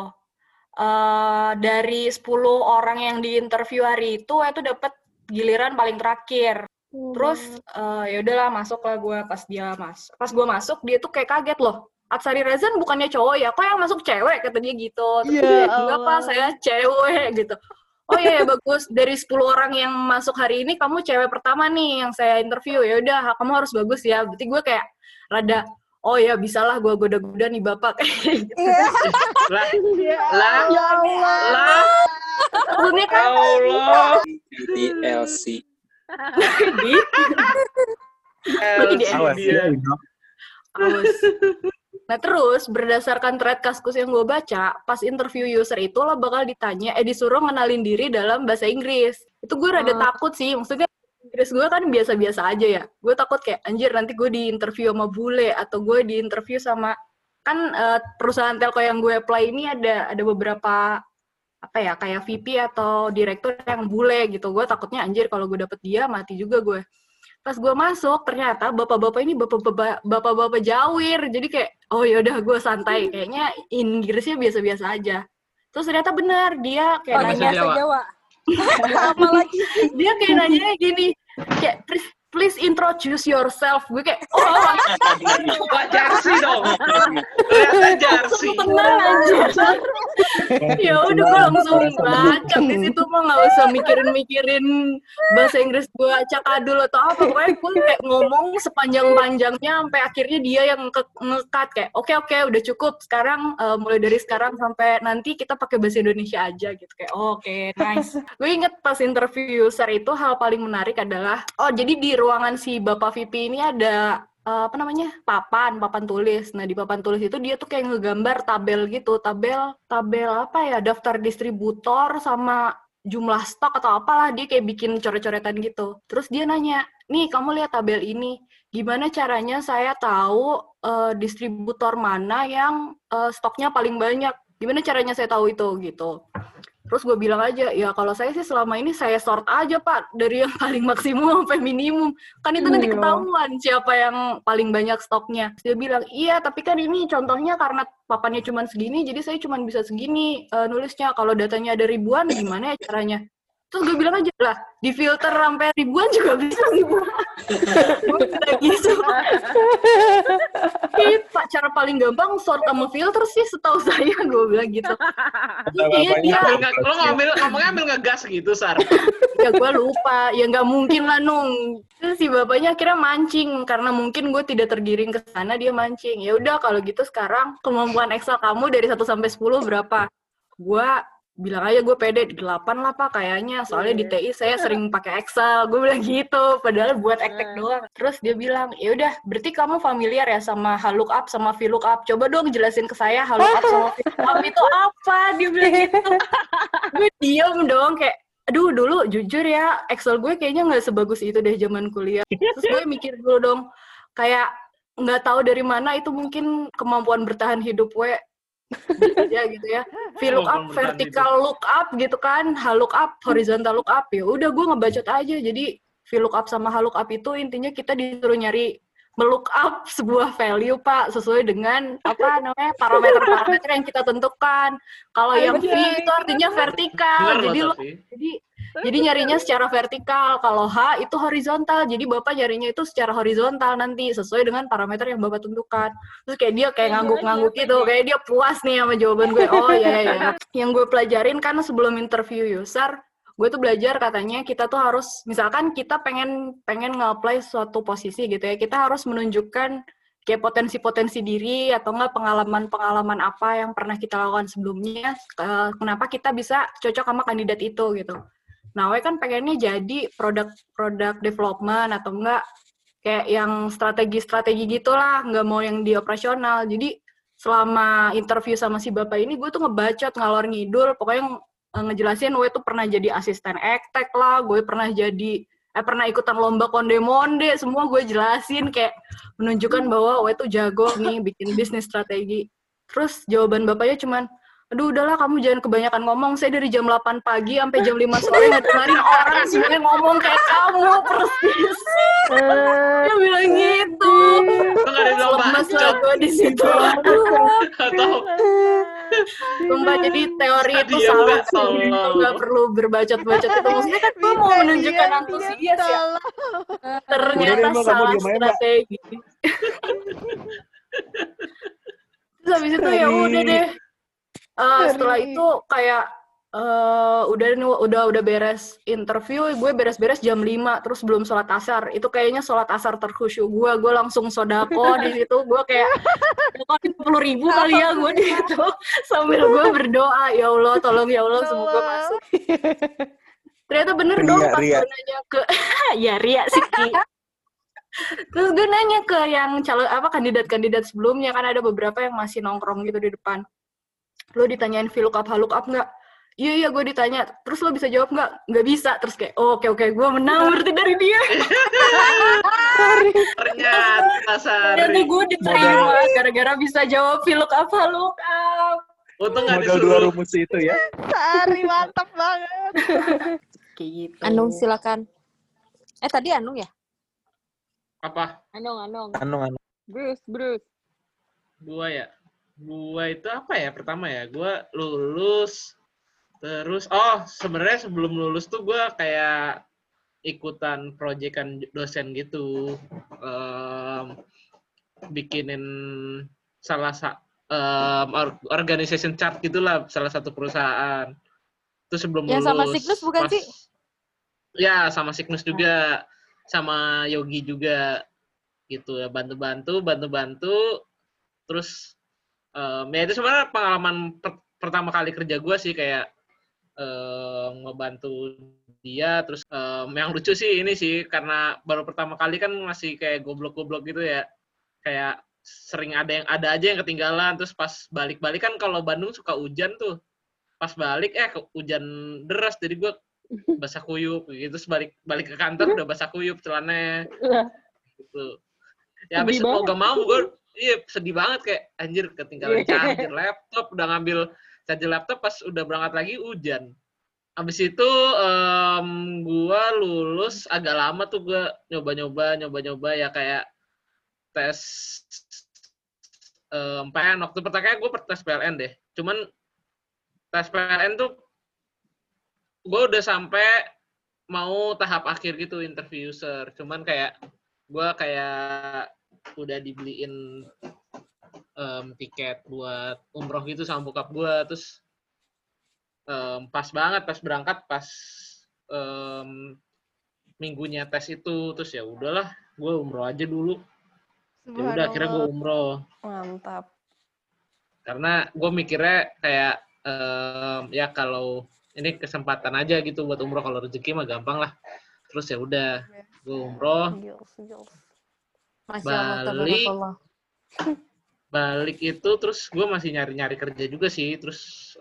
Dari 10 orang yang diinterview hari itu dapet giliran paling terakhir. Terus ya udahlah masuk lah gue. Pas gue masuk dia tuh kayak kaget loh. Atsari Rezan bukannya cowok ya? Kok yang masuk cewek? Kata dia gitu. Terus dia, enggak Pak, saya cewek gitu. Oh iya ya bagus. Dari 10 orang yang masuk hari ini kamu cewek pertama nih yang saya interview. Ya udah kamu harus bagus ya. Berarti gue kayak rada oh ya bisalah gue goda-goda nih bapak kayak gitu. Lah. Maksudnya kan
Allah.
Di LC.
Nah terus berdasarkan thread Kaskus yang gue baca, pas interview user itu lo bakal ditanya, disuruh ngenalin diri dalam bahasa Inggris. Itu gue rada takut sih, maksudnya Inggris gue kan biasa-biasa aja ya. Gue takut kayak anjir nanti gue diinterview sama bule atau gue diinterview sama kan perusahaan telco yang gue apply ini ada beberapa kayak VP atau direktur yang bule gitu. Gue takutnya anjir kalau gue dapet dia mati juga gue. Pas gue masuk ternyata bapak-bapak ini bapak-bapak jawir. Jadi kayak oh yaudah gue santai. Kayaknya Inggrisnya biasa-biasa aja. Terus ternyata benar dia kayak nanya
Jawa. Apa lagi?
Dia kayak nanya gini kayak please introduce yourself. Gue kayak
Wah, Jarsi dong. Ternyata Jarsi.
Kenal aja. Ya udah gue langsung baca di situ mah nggak usah mikirin bahasa Inggris gue cakadul atau apa. Pokoknya gue kayak ngomong sepanjang-panjangnya sampai akhirnya dia yang nge-cut kayak oke udah cukup sekarang mulai dari sekarang sampai nanti kita pakai bahasa Indonesia aja gitu kayak oke, nice. Gue inget pas interview user itu hal paling menarik adalah jadi di ruangan si Bapak VP ini ada papan tulis. Nah di papan tulis itu dia tuh kayak ngegambar tabel gitu, tabel daftar distributor sama jumlah stok atau apalah, dia kayak bikin coret-coretan gitu. Terus dia nanya, nih kamu lihat tabel ini, gimana caranya saya tahu distributor mana yang stoknya paling banyak? Gimana caranya saya tahu itu gitu? Terus gue bilang aja, ya kalau saya sih selama ini saya sort aja Pak, dari yang paling maksimum sampai minimum. Kan itu nanti ketahuan siapa yang paling banyak stoknya. Dia bilang, iya tapi kan ini contohnya karena papannya cuma segini, jadi saya cuma bisa segini nulisnya. Kalau datanya ada ribuan, gimana ya caranya? Terus gue bilang aja, lah difilter sampai ribuan juga bisa ribuan. Gitu. Pak, cara paling gampang sort sama filter sih setahu saya, gue bilang gitu.
Lo ngambil ngegas gitu, Sar?
Ya gue lupa, ya nggak mungkin lah Nung. Terus si bapaknya akhirnya mancing, karena mungkin gue tidak tergiring ke sana, dia mancing. Ya udah kalau gitu sekarang kemampuan Excel kamu dari 1 sampai 10 berapa? Gue bilang aja gue pede 8 lah Pak kayaknya, soalnya di TI saya sering pakai Excel. Gue bilang gitu, padahal buat ek-ek doang. Terus dia bilang, ya udah berarti kamu familiar ya sama HLOOKUP sama VLOOKUP, coba dong jelasin ke saya HLOOKUP sama VLOOKUP itu apa. Dia bilang gitu. Gue diem dong kayak aduh dulu jujur ya Excel gue kayaknya nggak sebagus itu deh zaman kuliah. Terus gue mikir dulu dong kayak nggak tahu dari mana itu mungkin kemampuan bertahan hidup gue gitu ya. VLOOKUP, vertical lookup gitu kan, HLOOKUP, horizontal lookup. Ya udah gue ngebacot aja. Jadi VLOOKUP sama HLOOKUP itu intinya kita disuruh nyari melookup sebuah value Pak sesuai dengan parameter-parameter yang kita tentukan. Kalau yang V itu artinya vertikal. Jadi nyarinya secara vertikal. Kalau H itu horizontal. Jadi Bapak nyarinya itu secara horizontal nanti sesuai dengan parameter yang Bapak tentukan. Terus kayak dia kayak ngangguk-ngangguk gitu. Kayak dia puas nih sama jawaban gue. Oh ya. Yang gue pelajarin kan sebelum interview user, gue tuh belajar katanya kita tuh harus, misalkan kita pengen nge-apply suatu posisi gitu ya, kita harus menunjukkan kayak potensi-potensi diri atau enggak pengalaman-pengalaman apa yang pernah kita lakukan sebelumnya, kenapa kita bisa cocok sama kandidat itu gitu. Nah, gue kan pengennya jadi product development atau enggak kayak yang strategi-strategi gitulah, enggak mau yang di operasional. Jadi selama interview sama si bapak ini gue tuh ngebacot ngalor ngidul, pokoknya ngejelasin gue tuh pernah jadi asisten ektek lah, gue pernah jadi pernah ikutan lomba konde-monde, semua gue jelasin kayak menunjukkan bahwa gue tuh jago nih bikin bisnis strategi. Terus jawaban bapaknya cuman, aduh udahlah kamu jangan kebanyakan ngomong, saya dari jam 8 pagi sampai jam 5 sore ngedengerin orang semuanya ngomong kayak kamu persis. Dia bilang gitu.
Lu nggak ada bilang
Lemes lah
bacot
gue di situ.
atau
Sumpah, jadi teori itu
Dia
salah
nggak
sih.
tolong.
Nggak perlu berbacot-bacot itu. Maksudnya kan gue mau menunjukkan antusias ya. Ternyata
Udah deh, Mbak, kamu
salah
diam aja, Mbak.
strategi. Terus habis itu ya udah deh. Setelah itu kayak udah beres interview, gue beres-beres jam 5, terus belum sholat asar. Itu kayaknya sholat asar terkhusyuk gue langsung sodako di situ. Gue kayak 50.000 kali ya gue di situ sambil gue berdoa, ya Allah tolong ya Allah semoga masuk. Ternyata bener dong pas gue nanya ke ya Ria sih Ki. Terus gue nanya ke yang kandidat-kandidat sebelumnya, kan ada beberapa yang masih nongkrong gitu di depan. Lo ditanyain VLOOKUP HLOOKUP nggak? Iya gue ditanya. Terus lo bisa jawab nggak? Nggak bisa. Terus kayak oke gue menang berarti dari dia.
Ternyata
gue diterima gara-gara bisa jawab VLOOKUP HLOOKUP.
untung nggak
Modal 2
disuruh.
rumus itu ya.
Sari mantap banget.
Kayak gitu.
Anung silakan. Tadi Anung ya?
Apa?
Anong. Bruce.
Gua itu apa ya pertama ya? Gua lulus terus sebenarnya sebelum lulus tuh gua kayak ikutan proyekan dosen gitu. Bikinin organization chart gitulah salah satu perusahaan. Itu sebelum lulus.
Yang sama Signus bukan sih?
Ya, sama Signus juga. Sama Yogi juga gitu ya, bantu-bantu terus ya itu sebenarnya pengalaman pertama kali kerja gue sih, kayak ngebantu dia. Terus yang lucu sih ini sih, karena baru pertama kali kan masih kayak goblok-goblok gitu ya, kayak sering ada aja yang ketinggalan. Terus pas balik-balik kan kalau Bandung suka hujan tuh, pas balik hujan deras, jadi gue basah kuyup gitu. Terus balik ke kantor udah basah kuyup celananya gitu. Ya habis mau gak mau gue sedih banget, kayak anjir ketinggalan charger laptop, udah ngambil charger laptop pas udah berangkat lagi hujan. Habis itu gue lulus agak lama tuh, gue nyoba-nyoba ya, kayak tes PLN. Waktu pertama gue tes PLN deh. Cuman tes PLN tuh gue udah sampai mau tahap akhir gitu, interview user. Cuman kayak gue udah dibeliin tiket buat umroh gitu sama bokap gue. Terus pas banget pas berangkat, pas minggunya tes itu. Terus ya udahlah, gue umroh aja dulu. Ya udah akhirnya gue umroh.
Mantap.
Karena gue mikirnya kayak ya kalau ini kesempatan aja gitu buat umroh, kalau rezeki mah gampang lah. Terus ya udah gue umroh. Balik itu terus gue masih nyari kerja juga sih. Terus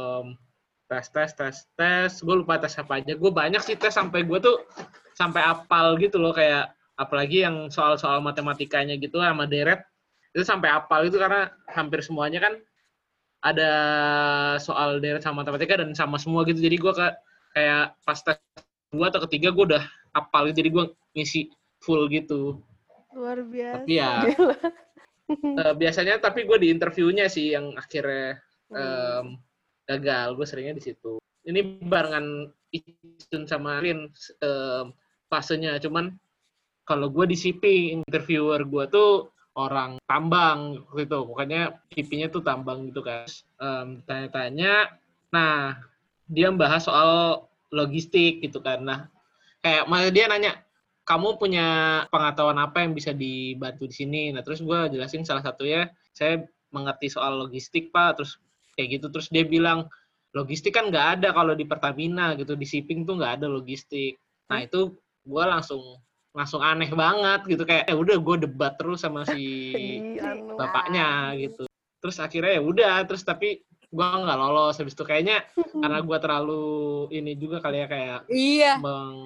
tes. Gue lupa tes apa aja. Gue banyak sih tes, sampai gue tuh sampai apal gitu loh, kayak apalagi yang soal-soal matematikanya gitu sama deret itu sampai apal itu, karena hampir semuanya kan ada soal deret sama matematika dan sama semua gitu. Jadi gue kayak pas tes 2 atau ketiga gue udah apal gitu, jadi gue ngisi full gitu.
Luar biasa.
Tapi ya biasanya tapi gue di interviewnya sih yang akhirnya gagal. Gue seringnya di situ. Ini barengan Icun sama Rin fasenya. Cuman kalau gue di shipping, interviewer gue tuh orang tambang gitu, pokoknya IP-nya tuh tambang gitu kan. Tanya-tanya, nah dia membahas soal logistik gitu kan. Nah kayak malah dia nanya, kamu punya pengetahuan apa yang bisa dibantu di sini? Nah terus gue jelasin salah satunya, saya mengerti soal logistik Pak. Terus kayak gitu, terus dia bilang, logistik kan nggak ada kalau di Pertamina gitu, di shipping tuh nggak ada logistik. Nah itu gue langsung aneh banget gitu, kayak udah gue debat terus sama si bapaknya gitu. Terus akhirnya ya udah, terus tapi gue nggak lolos habis itu, kayaknya karena gue terlalu ini juga kali ya, kayak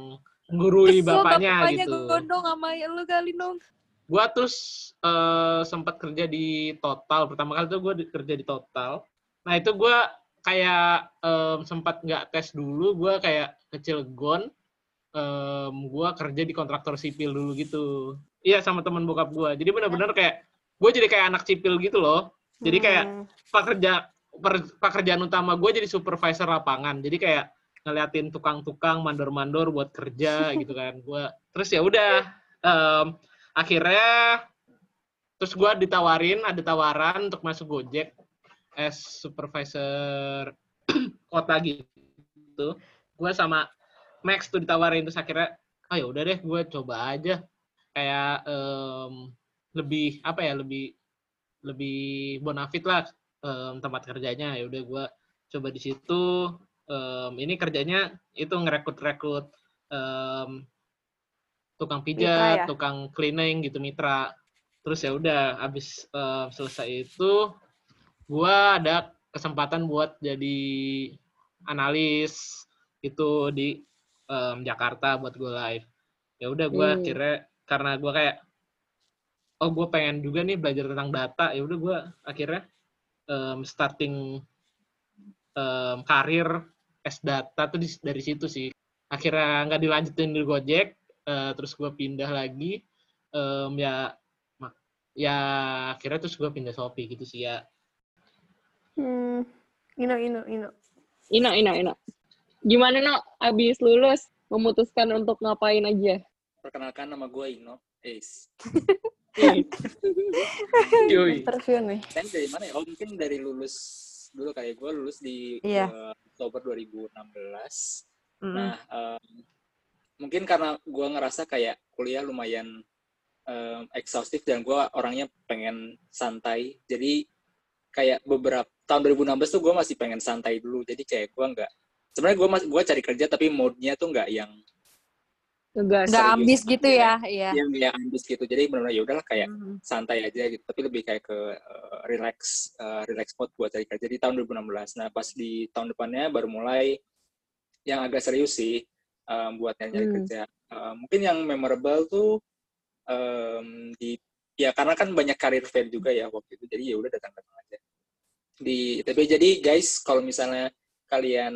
Menggurui
Kesel
bapaknya
bapaknya
gitu.
gondong sama lu kali dong.
Gua terus sempat kerja di Total. Pertama kali tuh gue kerja di Total. Nah itu gue kayak sempat nggak tes dulu. Gue kayak ke Cilegon. Gue kerja di kontraktor sipil dulu gitu. Iya sama teman bokap gue. Jadi benar-benar kayak gue jadi kayak anak sipil gitu loh. Jadi kayak pekerjaan utama gue jadi supervisor lapangan. Jadi kayak ngeliatin tukang-tukang mandor-mandor buat kerja gitu kan. Gue terus ya udah. Akhirnya terus gue ada tawaran untuk masuk Gojek as supervisor kota gitu. Gue sama Max tuh ditawarin, terus akhirnya ya udah deh gue coba aja. Kayak lebih apa ya, lebih bonafit lah tempat kerjanya. Ya udah gue coba di situ. Ini kerjanya itu ngerekrut tukang pijat, tukang cleaning gitu, mitra. Terus ya udah abis selesai itu gue ada kesempatan buat jadi analis itu di Jakarta buat Go Live. Ya udah gue akhirnya karena gue kayak gue pengen juga nih belajar tentang data, ya udah gue akhirnya starting karir as data tuh dari situ sih. Akhirnya nggak dilanjutin di Gojek. Terus gue pindah lagi, ya akhirnya terus gue pindah Shopee gitu sih ya.
Ino. Gimana No? Abis lulus memutuskan untuk ngapain aja?
Perkenalkan, nama gue Ino.
Interview nih.
Kan dari mana ya? Mungkin dari lulus dulu kayak gue lulus di Oktober 2016. Nah, mungkin karena gue ngerasa kayak kuliah lumayan exhaustive dan gue orangnya pengen santai. Jadi kayak beberapa tahun 2016 tuh gue masih pengen santai dulu. Jadi kayak gue nggak, sebenarnya gue cari kerja tapi mode-nya tuh nggak yang
nggak ambis gitu ya, iya.
Yang ambis gitu. Jadi benar-benar ya udahlah kayak santai aja gitu. Tapi lebih kayak ke relax mode buat cari kerja di tahun 2016. Nah pas di tahun depannya baru mulai yang agak serius sih buat nyari kerja. Mungkin yang memorable tuh ya karena kan banyak career fair juga ya waktu itu. Jadi ya udah datang aja. Tapi jadi guys, kalau misalnya kalian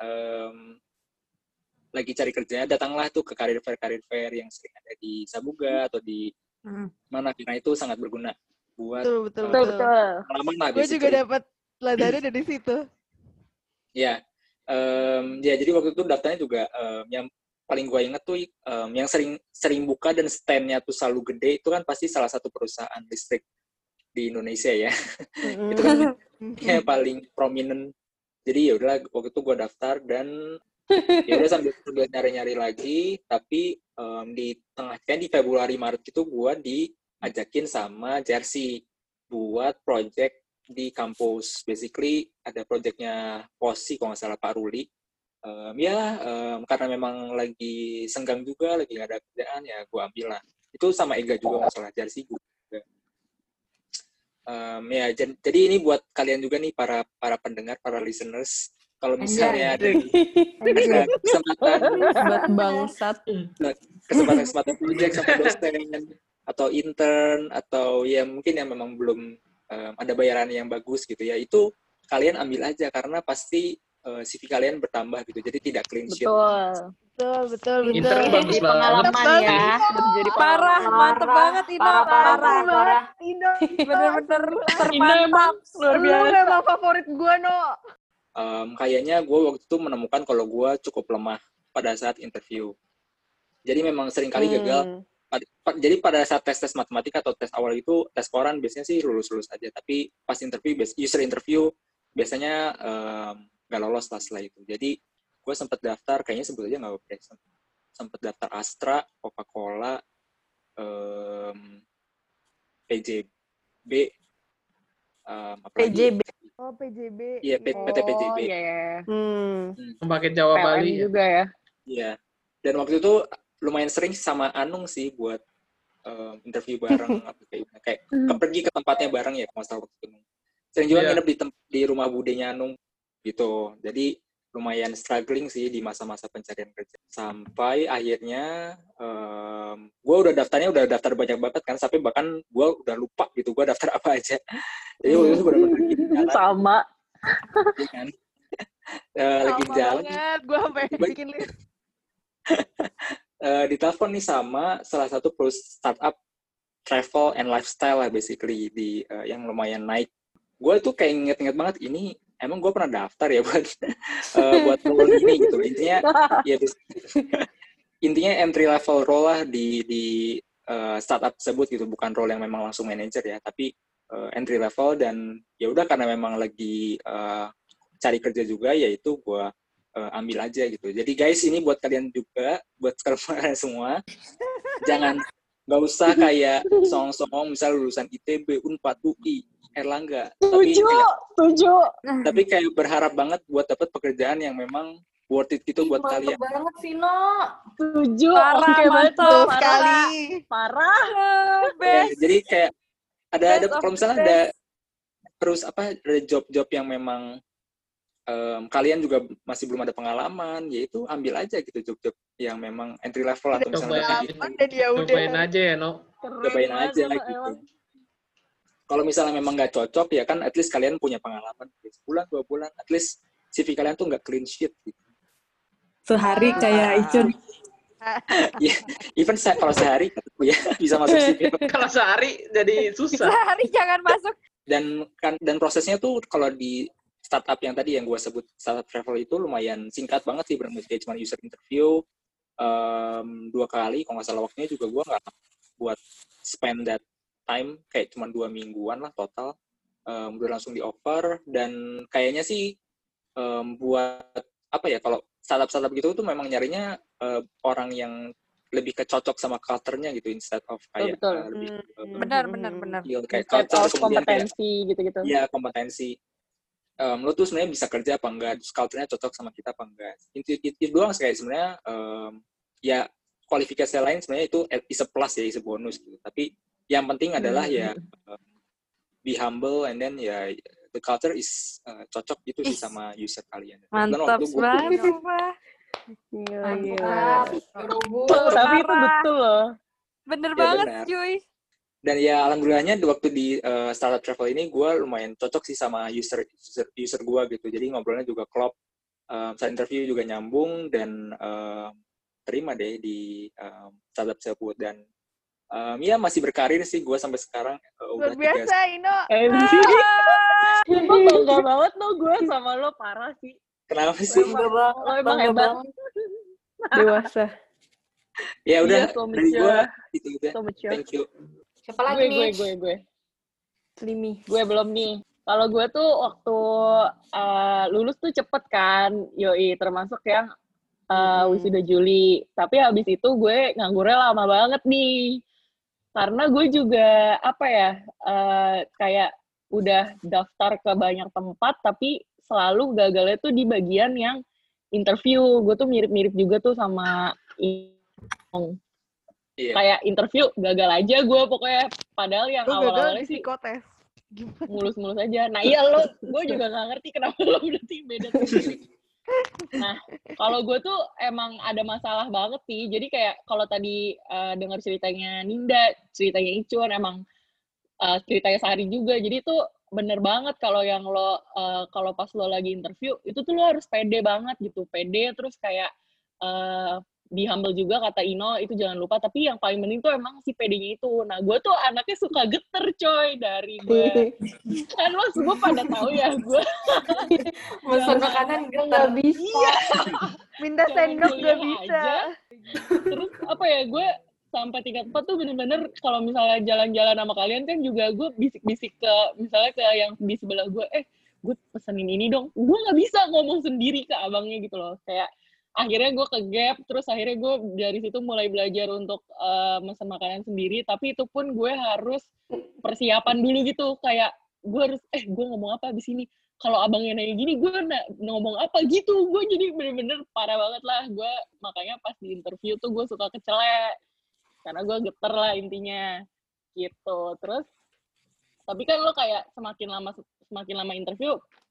lagi cari kerja, datanglah tuh ke career fair yang sering ada di Sabuga atau di mana, karena itu sangat berguna buat
betul.
pengalaman lah.
Gue juga dapat ladarnya dari situ.
Ya, jadi waktu itu daftarnya juga yang paling gue inget tuh yang sering buka dan stand-nya tuh selalu gede itu kan pasti salah satu perusahaan listrik di Indonesia ya. Itu kan yang paling prominent. Jadi ya udah waktu itu gue daftar dan ya udah sambil nyari-nyari lagi, tapi di Februari Maret itu gue diajakin sama Jersey buat project di kampus. Basically ada projectnya Posi kalau nggak salah Pak Ruli. Karena memang lagi senggang juga, lagi nggak ada kerjaan, ya gue ambil lah. Itu sama Ega juga masalah Jersey juga. Jadi ini buat kalian juga nih para pendengar, para listeners. Kalau misalnya ada kesempatan project sama dosen atau intern atau ya mungkin yang memang belum ada bayaran yang bagus gitu ya, itu kalian ambil aja karena pasti CV kalian bertambah gitu, jadi tidak clean sheet.
Betul.
Intern bagus banget.
Pengalaman ya. Jadi
Parah, mantep banget Ino.
Parah.
Bener-bener
Ino emang luar
Lu
biasa.
memang favorit gue, No.
Kayaknya gue waktu itu menemukan kalau gue cukup lemah pada saat interview. Jadi memang seringkali gagal. Jadi pada saat tes matematika atau tes awal itu, tes koran biasanya sih lulus-lulus aja. Tapi pas interview, user interview, biasanya nggak lolos lah setelah itu. Jadi gue sempat daftar, kayaknya sebut aja nggak apa-apa. Sempat daftar Astra, Coca-Cola, PJB,
PJB.
Oh, PJB.
Iya, PT PJB.
Oh, iya.
Pembangkit Jawa Bali
juga ya.
Iya. Dan waktu itu lumayan sering sama Anung sih buat interview bareng kayak pergi ke tempatnya bareng ya kalau salah waktu itu. Sering juga nginep di rumah budenya Anung gitu. Jadi lumayan struggling sih di masa-masa pencarian kerja. Sampai akhirnya gue udah daftar banyak banget kan, sampai bahkan gue udah lupa gitu gue daftar apa aja. Jadi waktu itu benar-benar lagi jalan.
Sama.
Kan? Lagi
Sama
jalan.
banget, gue sampai bikin list.
Ditelepon nih sama salah satu startup travel and lifestyle lah basically di yang lumayan naik. Gue tuh kayak inget-inget banget ini emang gue pernah daftar ya buat buat role ini gitu. Intinya entry level role lah di startup tersebut gitu, bukan role yang memang langsung manager ya, tapi entry level. Dan ya udah karena memang lagi cari kerja juga, yaitu gue ambil aja gitu. Jadi guys, ini buat kalian juga, buat kalian semua, nggak usah kayak song-song misal lulusan ITB, Unpad, UI, Erlangga, tapi kayak berharap banget buat dapat pekerjaan yang memang worth it gitu buat kalian.
Mantap banget sih, No.
Setuju.
Parah, mantap
sekali.
Parah.
Ya, jadi kayak ada
Best of
kalau misalnya
the
ada terus ada job-job yang memang kalian juga masih belum ada pengalaman, yaitu ambil aja gitu job-job yang memang entry level atau misalnya
Cobain aja ya, No.
Cobain aja gitu. Kalau misalnya memang nggak cocok, ya kan at least kalian punya pengalaman. Sebulan, 2 bulan, at least CV kalian tuh nggak clean sheet gitu.
Sehari kayak Icun.
Ya, even kalau sehari ya bisa masuk CV.
Kalau sehari jadi susah.
Sehari jangan masuk.
Dan prosesnya tuh kalau di startup yang tadi yang gue sebut startup travel itu lumayan singkat banget sih, benar-benar kayak cuma user interview 2 kali, kalau nggak salah waktunya juga gue nggak buat spend that time, kayak cuma 2 mingguan lah total, udah langsung di offer. Dan kayaknya sih buat apa ya, kalau startup gitu tuh memang nyarinya orang yang lebih kecocok sama culture-nya gitu, instead of kayak lebih
Benar.
kayak
Instead
culture
of
kemudian
kompetensi gitu-gitu.
ya kompetensi. Lo tuh sebenarnya bisa kerja apa enggak, culture-nya cocok sama kita apa enggak. Itu doang kayak sebenarnya ya kualifikasi lain sebenarnya itu is a plus ya, is a bonus gitu. Tapi yang penting adalah ya be humble, and then ya the culture is cocok gitu sih sama user kalian.
Mantap banget, Pak.
Mantap.
Tapi itu betul loh.
Bener
Ya,
banget,
benar.
cuy.
Dan ya alhamdulillahnya waktu di startup travel ini gue lumayan cocok sih sama user gue gitu. Jadi ngobrolnya juga klop, saat interview juga nyambung, dan terima deh di startup tersebut. Dan ya masih berkarir sih gue sampai sekarang.
Luar biasa, Ino.
Sumpah bangga banget lo gue sama lo, parah sih.
Kenapa sih?
Lo emang hebat.
Dewasa.
Ya udah,
Iya, so
dari gue
mature.
itu udah.
So mature.
Thank you.
Siapa lagi nih?
Gue.
Limi.
Gue belum nih. Kalau gue tuh waktu lulus tuh cepet kan, yoi, termasuk yang wisuda Juli. Tapi habis itu gue nganggurnya lama banget nih. Karena gue juga, kayak udah daftar ke banyak tempat, tapi selalu gagalnya tuh di bagian yang interview. Gue tuh mirip-mirip juga tuh sama kayak interview gagal aja gue pokoknya, padahal yang awal-awalnya sih
psikotes.
mulus-mulus aja. Nah iya gue juga nggak ngerti kenapa lo berarti beda tuh. Nah kalau gue tuh emang ada masalah banget sih. Jadi kayak kalau tadi dengar ceritanya Ninda, ceritanya Icun, emang ceritanya Sari juga. Jadi tuh bener banget kalau yang kalau pas lo lagi interview itu tuh lo harus pede banget gitu, pede, terus kayak di humble juga kata Ino, itu jangan lupa. Tapi yang paling penting tuh emang si pedenya itu. Nah gue tuh anaknya suka geter coy, dari gue kan lo gue pada tahu ya gue
Mesen makanan nggak bisa.
Minta sendok gak bisa.
Terus gue sampai tingkat 4 tuh bener-bener kalau misalnya jalan-jalan sama kalian kan juga gue bisik-bisik ke misalnya ke yang di sebelah gue, gue pesenin ini dong. Gue nggak bisa ngomong sendiri ke abangnya gitu loh. Kayak akhirnya gue ke Gap, terus akhirnya gue dari situ mulai belajar untuk mesen makanan sendiri. Tapi itu pun gue harus persiapan dulu gitu. Kayak gue harus gue ngomong apa di sini. Kalau abangnya nanya gini, gue ngomong apa gitu. Gue jadi bener-bener parah banget lah. Gue makanya pas di interview tuh gue suka kecelek. Karena gue geter lah intinya gitu. Terus tapi kan lo kayak semakin lama interview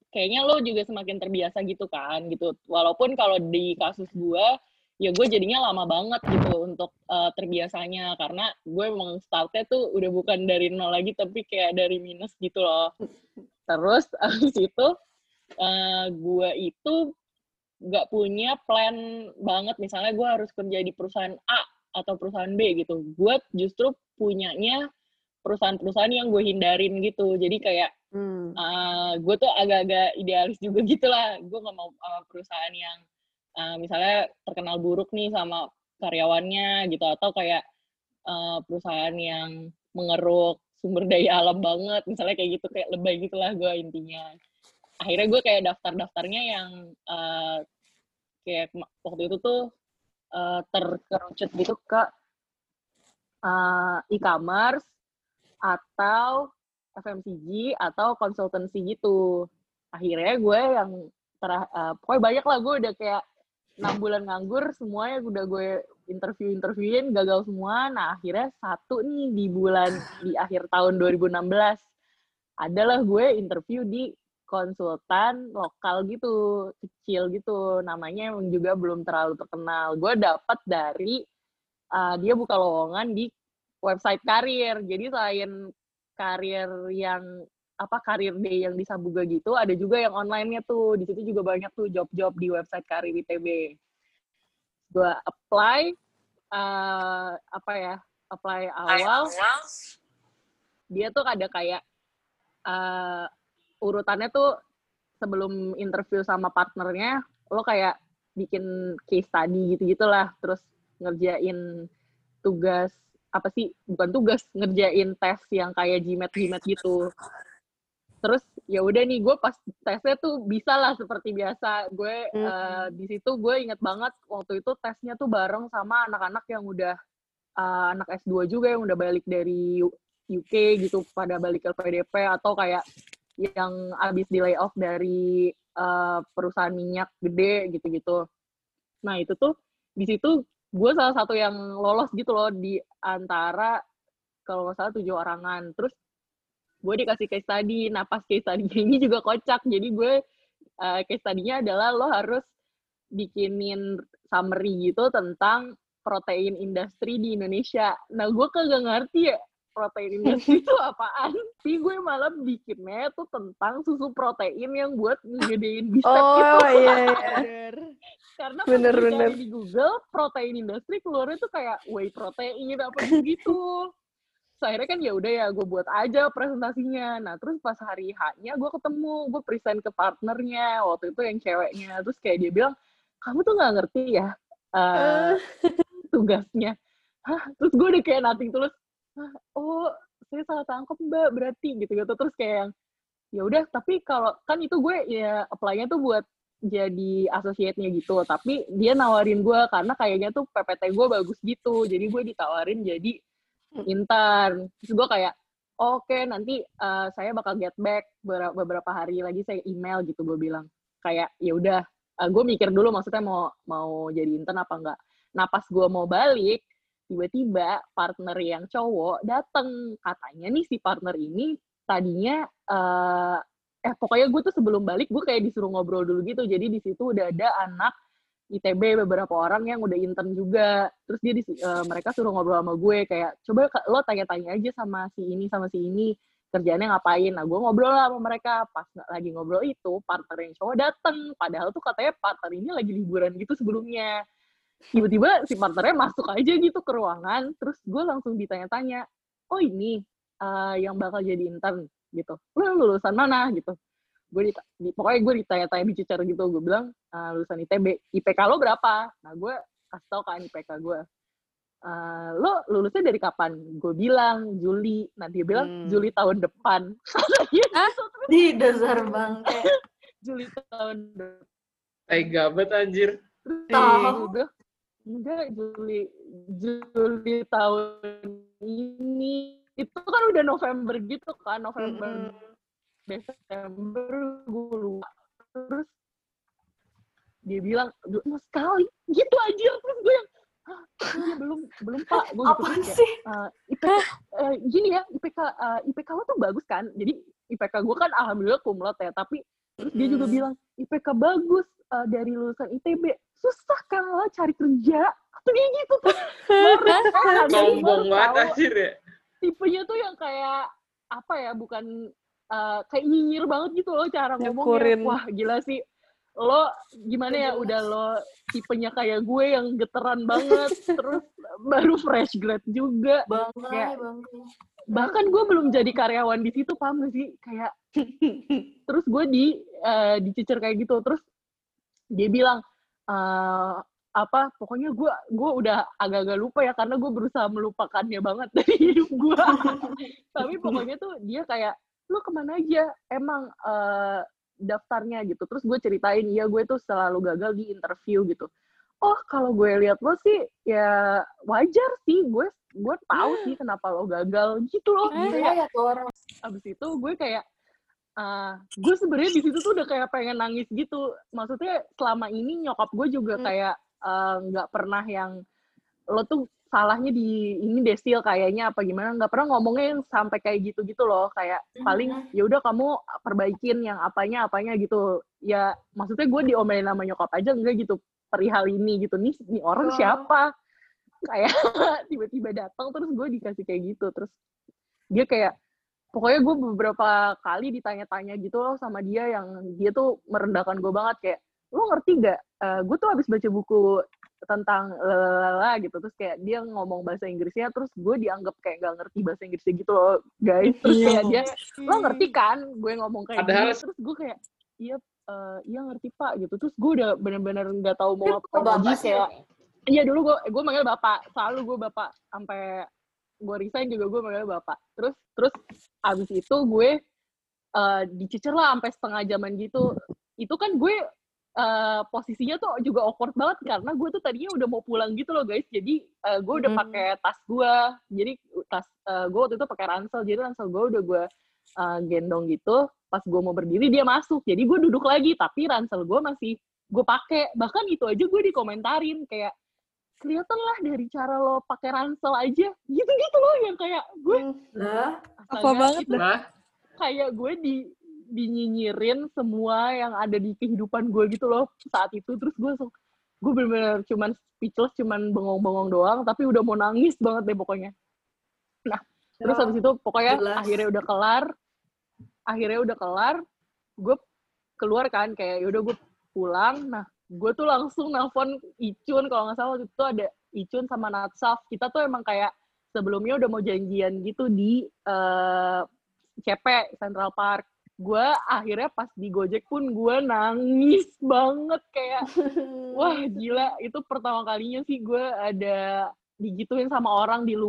kayaknya lo juga semakin terbiasa gitu kan gitu. Walaupun kalau di kasus gue, ya gue jadinya lama banget gitu untuk terbiasanya, karena gue emang startnya tuh udah bukan dari nol lagi tapi kayak dari minus gitu loh. Terus abis itu gue itu nggak punya plan banget misalnya gue harus kerja di perusahaan A atau perusahaan B gitu. Gue justru punyanya perusahaan-perusahaan yang gue hindarin gitu. Jadi kayak gue tuh agak-agak idealis juga gitu lah. Gue gak mau perusahaan yang misalnya terkenal buruk nih sama karyawannya gitu. Atau kayak perusahaan yang mengeruk sumber daya alam banget. Misalnya kayak gitu, kayak lebay gitu lah gue intinya. Akhirnya gue kayak daftar-daftarnya yang kayak waktu itu tuh terkerucut gitu ke e-commerce atau FMCG atau konsultansi gitu. Akhirnya gue yang pokoknya banyak lah, gue udah kayak 6 bulan nganggur, semuanya udah gue interviewin, gagal semua. Nah akhirnya satu nih di akhir tahun 2016 adalah gue interview di konsultan lokal gitu, kecil gitu, namanya emang juga belum terlalu terkenal. Gue dapat dari dia buka lowongan di website karir. Jadi selain karir yang karir day yang di Sabuga gitu, ada juga yang online-nya tuh. Di situ juga banyak tuh job-job di website karir ITB. Gue apply awal. Dia tuh ada kayak urutannya tuh sebelum interview sama partnernya, lo kayak bikin case study gitu-gitulah, terus ngerjain tugas ngerjain tes yang kayak GMAT gitu. Terus ya udah nih, gue pas tesnya tuh bisa lah seperti biasa. Gue di situ gue inget banget waktu itu tesnya tuh bareng sama anak-anak yang udah anak S2 juga yang udah balik dari UK gitu, pada balik ke PDP atau kayak yang abis di layoff dari perusahaan minyak gede gitu-gitu. Nah itu tuh di situ gue salah satu yang lolos gitu loh di antara kalau nggak salah 7 orangan. Terus gue dikasih case study. Nah pas case study ini juga kocak. Jadi gue case study-nya adalah lo harus bikinin summary gitu tentang protein industri di Indonesia. Nah gue kagak ngerti ya protein industri itu apaan. Tapi gue malah bikinnya tuh tentang susu protein yang buat ngegedein bicep gitu.
Oh iya.
Karena pas cari di Google, protein industri keluarnya tuh kayak whey protein apa gitu. So, akhirnya kan ya udah ya gue buat aja presentasinya. Nah terus pas hari H-nya gue ketemu, gue present ke partnernya waktu itu yang ceweknya. Terus kayak dia bilang, kamu tuh nggak ngerti ya tugasnya. Hah? Terus gue udah kayak nothing tulus. Oh saya salah tangkap mbak berarti gitu. Terus kayak ya udah, tapi kalau kan itu gue ya apply-nya tuh buat jadi associate-nya gitu, tapi dia nawarin gue karena kayaknya tuh PPT gue bagus gitu, jadi gue ditawarin jadi intern. Terus gue kayak oke, nanti saya bakal get back beberapa hari lagi, saya email gitu. Gue bilang kayak ya udah, gue mikir dulu maksudnya mau jadi intern apa enggak. Nah pas gue mau balik, tiba-tiba partner yang cowok dateng. Katanya nih si partner ini tadinya pokoknya gue tuh sebelum balik gue kayak disuruh ngobrol dulu gitu. Jadi di situ udah ada anak ITB beberapa orang yang udah intern juga. Terus dia mereka suruh ngobrol sama gue kayak coba lo tanya-tanya aja sama si ini kerjaannya ngapain. Nah gue ngobrol lah sama mereka. Pas lagi ngobrol itu partner yang cowok dateng. Padahal tuh katanya partner ini lagi liburan gitu sebelumnya. Tiba-tiba si partnernya masuk aja gitu ke ruangan. Terus gue langsung ditanya-tanya, oh ini yang bakal jadi intern gitu, lo lulusan mana gitu. Pokoknya gue ditanya-tanya dicecer gitu. Gue bilang lulusan ITB. IPK lo berapa? Nah gue kasih tau kan IPK gue. Lo lulusnya dari kapan? Gue bilang Juli. Nah dia bilang Juli tahun depan.
Di dasar bangke.
Juli tahun depan.
Tega banget anjir.
Udah enggak, Juli tahun ini. Itu kan udah November gitu kan, November Desember gue lupa. Terus dia bilang sekali gitu aja. Terus gue yang belum pak. Gue gitu
apaan sih?
Gini ya, IPK lo tuh bagus kan. Jadi IPK gue kan alhamdulillah cum laude ya, tapi Terus dia juga bilang, IPK bagus dari lulusan ITB. Susah kan lo cari kerja? Tuh dia gitu tuh.
Sombong banget anjir ya.
Tipenya tuh yang kayak, apa ya, bukan kayak nyinyir banget gitu loh cara ngomongnya. Wah, gila sih. Lo gimana ya, udah lo tipenya kayak gue yang geteran banget, terus baru fresh grad juga. Kayak, bahkan gue belum jadi karyawan di situ, paham gak sih? Kayak, terus gue dicecer kayak gitu. Terus dia bilang, pokoknya gue udah agak-agak lupa ya, karena gue berusaha melupakannya banget dari hidup gue. Tapi pokoknya tuh dia kayak, lu kemana aja emang daftarnya gitu. Terus gue ceritain, iya gue tuh selalu gagal di interview gitu. Oh, kalau gue lihat lo sih ya wajar sih, gue tahu sih kenapa lo gagal gitu loh. Kayak abis itu gue kayak gue sebenarnya di situ tuh udah kayak pengen nangis gitu. Maksudnya selama ini nyokap gue juga kayak nggak pernah yang lo tuh salahnya di ini Desil kayaknya apa gimana, nggak pernah ngomongnya yang sampai kayak gitu loh. Kayak paling ya udah kamu perbaikin yang apanya gitu ya. Maksudnya gue diomelin sama nyokap aja enggak gitu perihal ini gitu. Nih orang siapa kayak tiba-tiba datang terus gue dikasih kayak gitu. Terus dia kayak pokoknya gue beberapa kali ditanya-tanya gitu loh sama dia, yang dia tuh merendahkan gue banget. Kayak, lo ngerti gak? Gue tuh habis baca buku tentang gitu. Terus kayak dia ngomong bahasa Inggrisnya, terus gue dianggap kayak gak ngerti bahasa Inggrisnya gitu loh, guys. Terus kayak dia, lo ngerti kan gue ngomong kayak gini? Terus gue kayak, iya ngerti pak gitu. Terus gue udah bener-bener gak tahu mau apa lagi. Kayak, iya dulu gue manggil bapak, selalu gue bapak, sampai gue resign juga gue manggil bapak. Terus abis itu gue dicecer lah sampai setengah jaman gitu. Itu kan gue posisinya tuh juga awkward banget karena gue tuh tadinya udah mau pulang gitu loh guys. Jadi gue udah pakai tas gue. Jadi tas gue waktu itu pakai ransel. Jadi ransel gue udah gue gendong gitu. Pas gue mau berdiri dia masuk. Jadi gue duduk lagi tapi ransel gue masih gue pakai. Bahkan itu aja gue dikomentarin kayak, kelihatan lah dari cara lo pakai ransel aja gitu loh, yang kayak gue
apa banget
dah kayak gue dinyinyirin semua yang ada di kehidupan gue gitu loh saat itu. Terus gue bener-bener cuman speechless, cuman bengong-bengong doang, tapi udah mau nangis banget deh pokoknya. Nah terus habis itu pokoknya akhirnya udah kelar, gue keluar kan, kayak yaudah gue pulang. Nah gue tuh langsung nelfon Icun, kalau nggak salah waktu itu ada Icun sama Natsaf. Kita tuh emang kayak sebelumnya udah mau janjian gitu di CP, Central Park. Gue akhirnya pas di Gojek pun gue nangis banget kayak, wah gila, itu pertama kalinya sih gue ada digituin sama orang di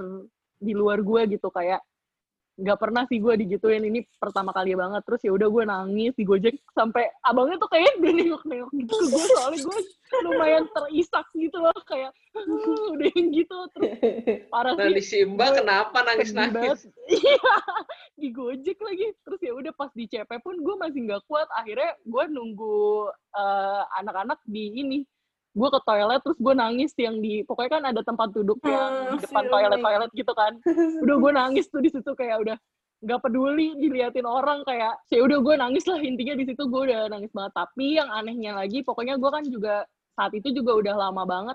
luar gue gitu. Kayak nggak pernah sih gue digituin, ini pertama kali banget. Terus ya udah gue nangis di Gojek sampai abangnya tuh kayak udah nengok-nengok gitu ke gue, soalnya gue lumayan terisak gitu loh, kayak udah yang gitu. Terus parah sih.
Nah, si Mbak kenapa nangis-nangis?
Iya, di Gojek lagi. Terus ya udah pas di CP pun gue masih nggak kuat. Akhirnya gue nunggu anak-anak di ini. Gue ke toilet terus gue nangis yang di, pokoknya kan ada tempat duduk yang di depan toilet gitu kan. Udah gue nangis tuh di situ, kayak udah nggak peduli diliatin orang, kayak ya udah gue nangis lah, intinya di situ gue udah nangis banget. Tapi yang anehnya lagi, pokoknya gue kan juga saat itu juga udah lama banget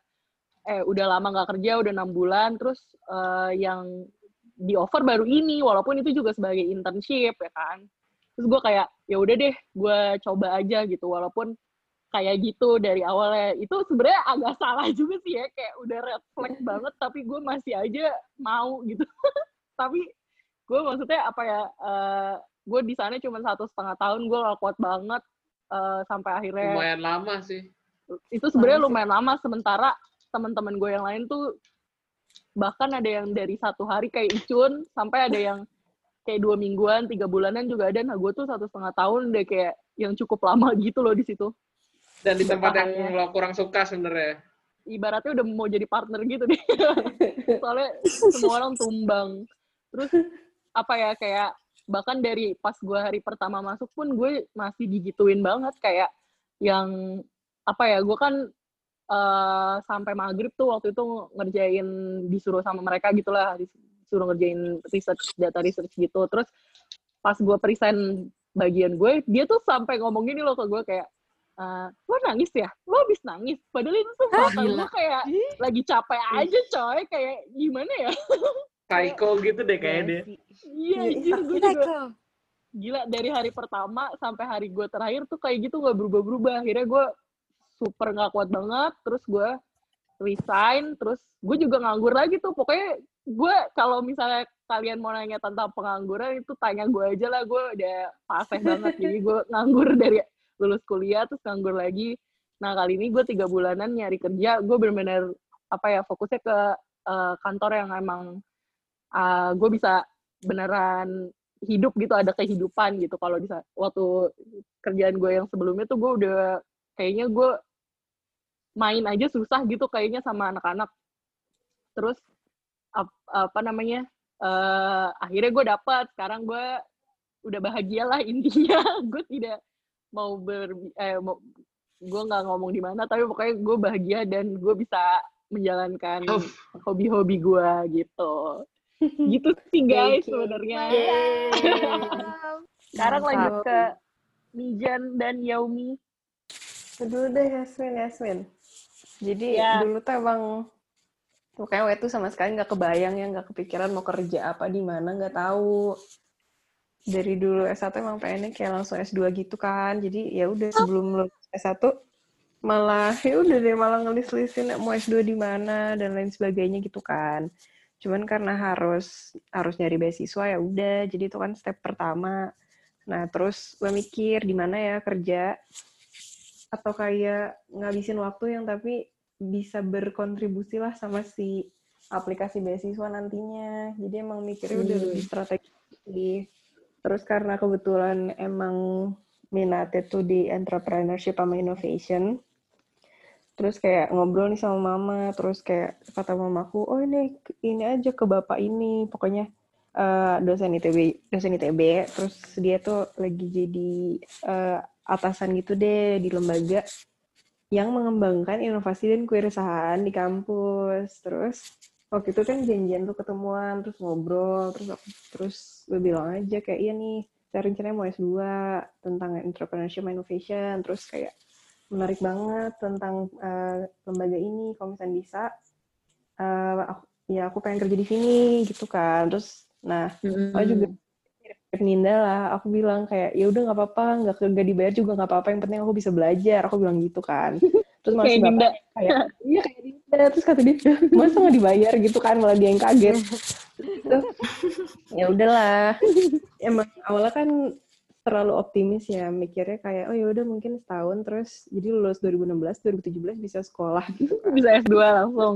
udah lama nggak kerja, udah 6 bulan. Terus yang di offer baru ini, walaupun itu juga sebagai internship ya kan. Terus gue kayak ya udah deh gue coba aja gitu, walaupun kayak gitu dari awalnya. Itu sebenarnya agak salah juga sih ya, kayak udah red flag banget tapi gue masih aja mau gitu. Tapi gue maksudnya apa ya, gue di sana cuma 1,5 tahun, gue gak kuat banget sampai akhirnya.
Lumayan lama sih.
Itu sebenarnya lumayan lama, sementara teman-teman gue yang lain tuh bahkan ada yang dari 1 hari kayak Icun, sampai ada yang kayak 2 mingguan, 3 bulanan juga ada. Nah gue tuh 1,5 tahun deh, kayak yang cukup lama gitu loh di situ.
Dan di tempat yang lo kurang suka sebenarnya.
Ibaratnya udah mau jadi partner gitu deh. Soalnya semua orang tumbang. Terus apa ya, kayak bahkan dari pas gue hari pertama masuk pun gue masih digituin banget. Kayak yang apa ya, gue kan sampai maghrib tuh waktu itu ngerjain, disuruh sama mereka gitulah, disuruh ngerjain data research gitu. Terus pas gue present bagian gue, dia tuh sampai ngomong gini loh ke gue kayak, lo nangis ya? Lo habis nangis? Padahal itu tuh mata gue kayak lagi capek aja coy, kayak gimana ya?
Psycho gitu deh kayaknya dia.
Iya, anjir, gue juga gila dari hari pertama sampai hari gue terakhir tuh kayak gitu gak berubah-berubah. Akhirnya gue super gak kuat banget, terus gue resign, terus gue juga nganggur lagi tuh. Pokoknya gue kalau misalnya kalian mau nanya tentang pengangguran itu tanya gue aja lah, gue udah fasih banget. Jadi gue nganggur dari lulus kuliah terus nganggur lagi. Nah kali ini gue 3 bulanan nyari kerja, gue benar-benar fokusnya ke kantor yang emang gue bisa beneran hidup gitu, ada kehidupan gitu. Kalau di waktu kerjaan gue yang sebelumnya tuh gue udah kayaknya gue main aja susah gitu kayaknya sama anak-anak. Terus akhirnya gue dapet, sekarang gue udah bahagia lah intinya. Gue tidak mau gue nggak ngomong di mana, tapi pokoknya gue bahagia dan gue bisa menjalankan hobi-hobi gue gitu. Gitu sih guys sebenarnya. Sekarang lanjut ke Mijan dan Yaumi.
Dulu deh Yasmin. Jadi dulu tuh emang pokoknya waktu itu sama sekali nggak kebayang ya, nggak kepikiran mau kerja apa di mana, nggak tahu. Dari dulu S1 emang pengennya kayak langsung S2 gitu kan. Jadi ya udah sebelum lulus S1 malah ngelis-lisin mau S2 di mana dan lain sebagainya gitu kan. Cuman karena harus nyari beasiswa ya udah, jadi itu kan step pertama. Nah, terus gue mikir di mana ya kerja atau kayak ngabisin waktu yang tapi bisa berkontribusi lah sama si aplikasi beasiswa nantinya. Jadi emang mikirnya udah lebih strategis sih. Terus karena kebetulan emang minatnya tuh di entrepreneurship sama innovation. Terus kayak ngobrol nih sama mama, terus kayak kata mamaku, oh ini aja ke bapak ini, pokoknya dosen ITB, terus dia tuh lagi jadi atasan gitu deh di lembaga yang mengembangkan inovasi dan kewirausahaan di kampus. Terus waktu itu kan janjian tuh ketemuan, terus ngobrol, terus gue bilang aja kayak iya nih, saya rencananya mau S2 tentang entrepreneurship and innovation, terus kayak menarik banget tentang lembaga ini, kalau misalnya bisa aku pengen kerja di sini gitu kan. Terus aku juga Ninda lah, aku bilang kayak ya udah nggak apa-apa, nggak dibayar juga nggak apa-apa, yang penting aku bisa belajar, aku bilang gitu kan. Terus masih bapak kayak iya kayak Ninda, terus kata dia masa nggak dibayar gitu kan, malah dia yang kaget. Gitu. Ya udahlah, emang awalnya kan terlalu optimis ya, mikirnya kayak oh ya udah mungkin setahun terus jadi lulus 2016 2017 bisa sekolah gitu kan.
Bisa S2 langsung.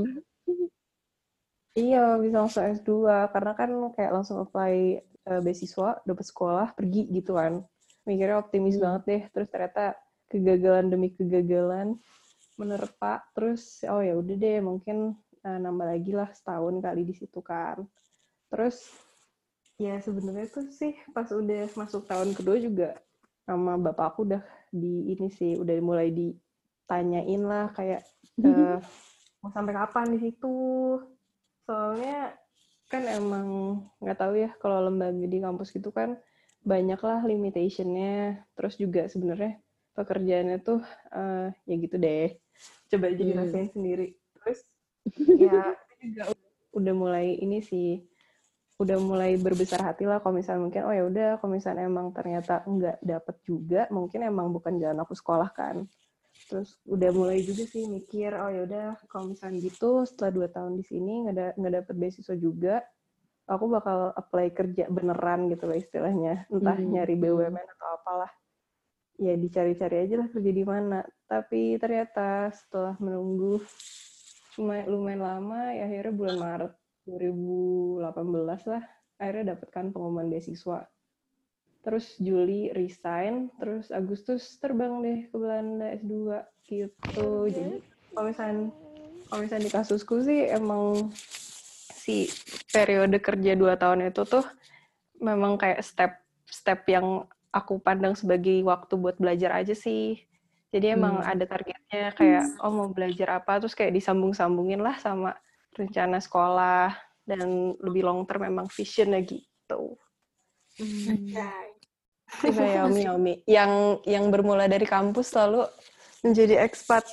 Iya, bisa langsung S2 karena kan kayak langsung apply beasiswa, dapat sekolah, pergi gitu kan. Mikirnya optimis banget deh, terus ternyata kegagalan demi kegagalan menerpa, terus oh ya udah deh mungkin nambah lagi lah setahun kali di situ kan. Terus ya sebenarnya tuh sih pas udah masuk tahun kedua juga sama bapak aku udah udah mulai ditanyain lah kayak mau sampai kapan di situ. Soalnya kan emang nggak tahu ya kalau lembaga di kampus gitu kan banyak lah limitation-nya. Terus juga sebenarnya pekerjaannya tuh ya gitu deh. Coba jadi rasain sendiri. Terus ya juga udah mulai udah mulai berbesar hati lah kalau misalnya mungkin oh ya udah kalau misalnya emang ternyata nggak dapet juga mungkin emang bukan jalan aku sekolah kan. Terus udah mulai juga sih mikir oh ya udah kalau misalnya gitu setelah 2 tahun di sini nggak dapet beasiswa juga aku bakal apply kerja beneran gitu lah istilahnya, entah nyari BUMN atau apalah ya, dicari-cari aja lah kerja di mana. Tapi ternyata setelah menunggu lumayan lama ya akhirnya bulan Maret 2018 lah akhirnya dapatkan pengumuman beasiswa. Terus Juli resign, terus Agustus terbang deh ke Belanda S2 gitu. Jadi kalau misalnya di kasusku sih emang si periode kerja 2 tahun itu tuh memang kayak step yang aku pandang sebagai waktu buat belajar aja sih. Jadi emang ada targetnya kayak mau belajar apa terus kayak disambung-sambungin lah sama rencana sekolah dan lebih long term memang visionnya gitu. Iya, Yaomi. Yang bermula dari kampus lalu menjadi expat.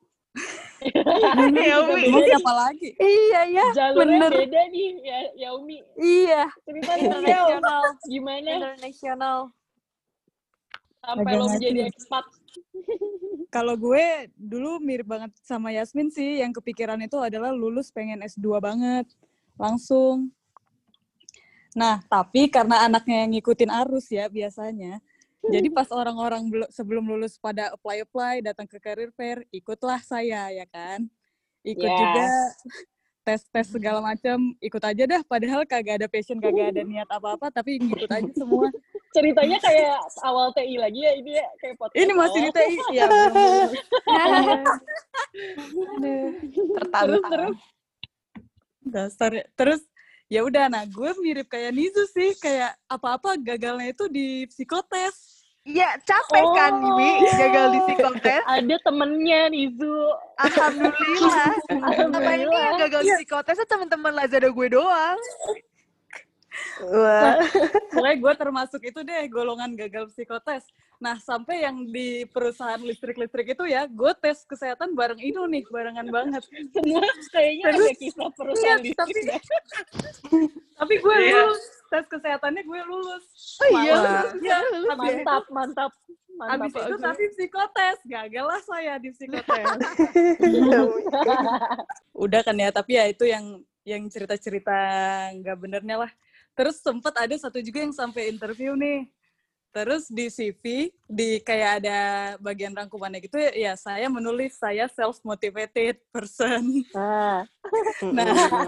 Yaomi.
Mau siapa lagi?
Iya ya,
Jalurnya
bener.
beda nih, ya Yaomi.
Iya,
Cerita
internasional.
gimana
Internasional.
sampai lo
Agak
menjadi
ngerti.
expat?
Kalau gue dulu mirip banget sama Yasmin sih, yang kepikiran itu adalah lulus pengen S2 banget, langsung. Nah, tapi karena anaknya yang ngikutin arus ya biasanya, jadi pas orang-orang sebelum lulus pada apply, datang ke career fair, ikutlah saya, ya kan? Ikut
Ya.
juga tes segala macam, ikut aja dah, padahal kagak ada passion, kagak ada niat apa-apa, tapi ngikut aja semua.
Ceritanya kayak awal TI lagi ya, ini ya kayak podcast.
Ini masih di TI, ya belum lulus.
Tertantang.
Dasar. Terus ya udah, nah gue mirip kayak Nizu sih, kayak apa-apa gagalnya itu di psikotes.
Iya, capek kan Wi gagal di psikotes.
Ada temennya Nizu.
Alhamdulillah. Apa ini yang gagal di
Iya.
psikotes tuh teman-teman Lazada gue doang.
Wah.
Pokoknya gue termasuk itu deh, golongan gagal psikotes. Nah, sampai yang di perusahaan listrik-listrik itu ya, gue tes kesehatan bareng Inu nih, barengan banget.
Semua kayaknya ada kisah perusahaan
Iya,
listrik.
Tapi gue lulus, tes kesehatannya gue lulus.
Oh iya,
Iya,
Mantap.
abis itu tapi psikotes, gagal lah saya di psikotes. Udah kan ya, tapi ya itu yang cerita-cerita nggak benernya lah. Terus sempat ada satu juga yang sampai interview nih. Terus di CV, di kayak ada bagian rangkumannya gitu ya, saya menulis saya self-motivated person. Nah,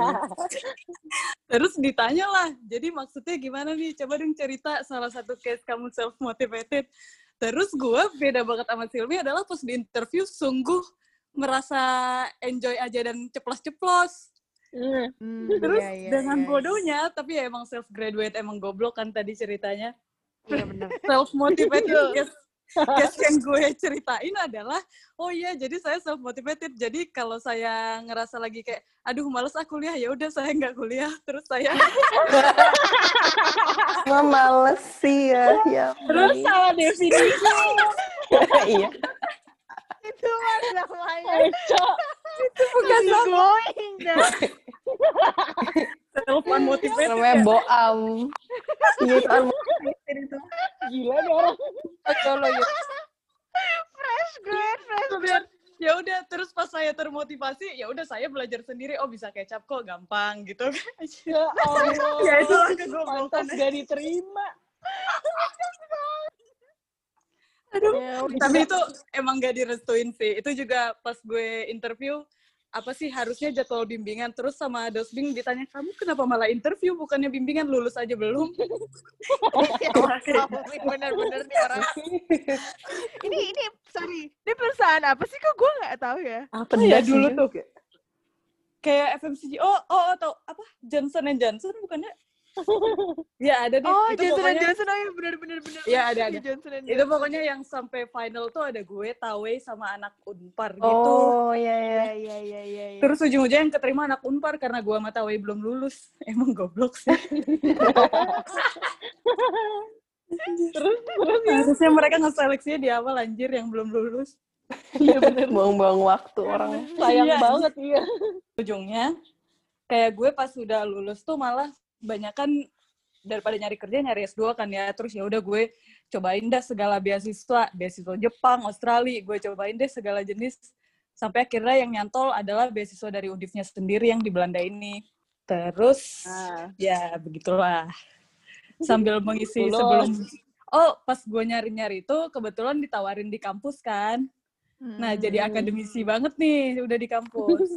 terus ditanya lah, jadi maksudnya gimana nih? Coba dong cerita salah satu case kamu self-motivated. Terus gue beda banget sama Silmi adalah pas di interview sungguh merasa enjoy aja dan ceplos-ceplos. Terus dengan bodohnya, tapi ya emang self-graduate, emang goblok kan tadi ceritanya.
Iya benar.
Self-motivated case yang gue ceritain adalah, oh iya jadi saya self-motivated. Jadi kalau saya ngerasa lagi kayak, aduh males kuliah, ya udah saya nggak kuliah. Terus saya
Males sih ya.
Terus salah definisi.
Iya.
Itu mah namanya.
Itu
bukan going dah.
self-motivated.
Namanya boam. Iya, itu unmotivated itu.
Gila nih orang.
Fresh grade.
Ya udah, terus pas saya termotivasi, ya udah saya belajar sendiri. Oh bisa kecap kok, gampang gitu.
Ya Allah.
Ya itulah kegoblokan.
Pantas gak diterima.
Aduh, tapi itu emang gak direstuin sih. Itu juga pas gue interview, apa sih harusnya jadwal bimbingan. Terus sama Dosbing ditanya, kamu kenapa malah interview, bukannya bimbingan, lulus aja belum?
Bener-bener nih orang. Ini sorry. Ini perusahaan apa sih kok gue nggak tahu ya?
Apa ya dulu tuh? Kayak FMCG. Oh, atau apa? Johnson & Johnson bukannya? Ya ada deh.
Oh,
itu
Johnson
pokoknya,
& Johnson, oh ya bener.
Iya ada.
Johnson &
Itu
Johnson.
pokoknya yang sampai final tuh ada gue, Tawei, sama anak Unpar gitu.
Oh, iya.
Iya.
Terus ujung-ujungnya yang keterima anak Unpar karena gue sama Tawei belum lulus. Emang goblok sih. Terus harusnya mereka ngeseleksinya di awal anjir yang belum lulus.
Iya bener.
Buang-buang waktu orang.
Sayang
Iya,
banget iya.
Ujungnya kayak gue pas udah lulus tuh malah banyakan daripada nyari kerja nyari S2 kan ya. Terus ya udah gue cobain dah segala beasiswa Jepang, Australia, gue cobain deh segala jenis sampai akhirnya yang nyantol adalah beasiswa dari Undipnya sendiri yang di Belanda ini. Terus ya begitulah. Sambil mengisi sebelum pas gue nyari-nyari itu kebetulan ditawarin di kampus kan. Nah, jadi akademisi banget nih udah di kampus.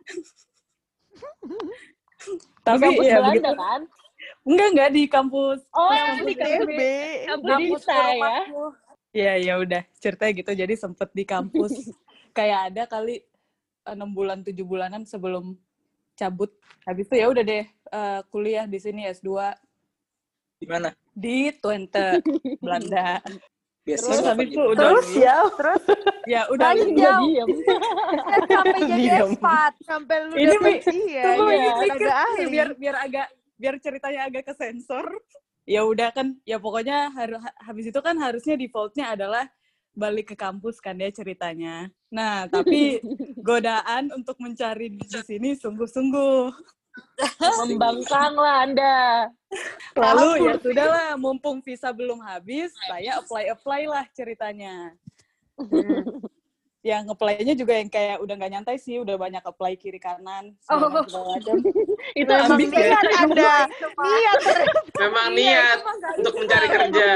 Tapi
kampus
ya
Belanda
begitu.
Kan?
Enggak di kampus.
Oh,
di
kampus
DB.
Jadi bisa ya.
Ya udah, ceritanya gitu. Jadi sempet di kampus. Kayak ada kali 6 bulan, 7 bulanan sebelum cabut. Habis itu ya udah deh kuliah di sini S2.
Di mana?
Di Twente, Belanda.
Biasanya
Terus habis itu udah
Terus
ya udah
Diam.
sampai jadi expat, sampai lu
Ini
dapet
tunggu ini mikir
tenaga
nih,
ahli.
biar ceritanya agak kesensor. ya udah kan, ya pokoknya habis itu kan harusnya defaultnya adalah balik ke kampus kan ya ceritanya. Nah, tapi godaan untuk mencari di sini sungguh-sungguh.
Membangkang lah Anda.
Lalu ya sudahlah, mumpung visa belum habis, saya apply lah ceritanya. Yang nge-play-nya juga yang kayak udah nggak nyantai sih, udah banyak apply kiri kanan.
Itu ambis
niat Anda. Niat.
Memang niat untuk mencari kerja.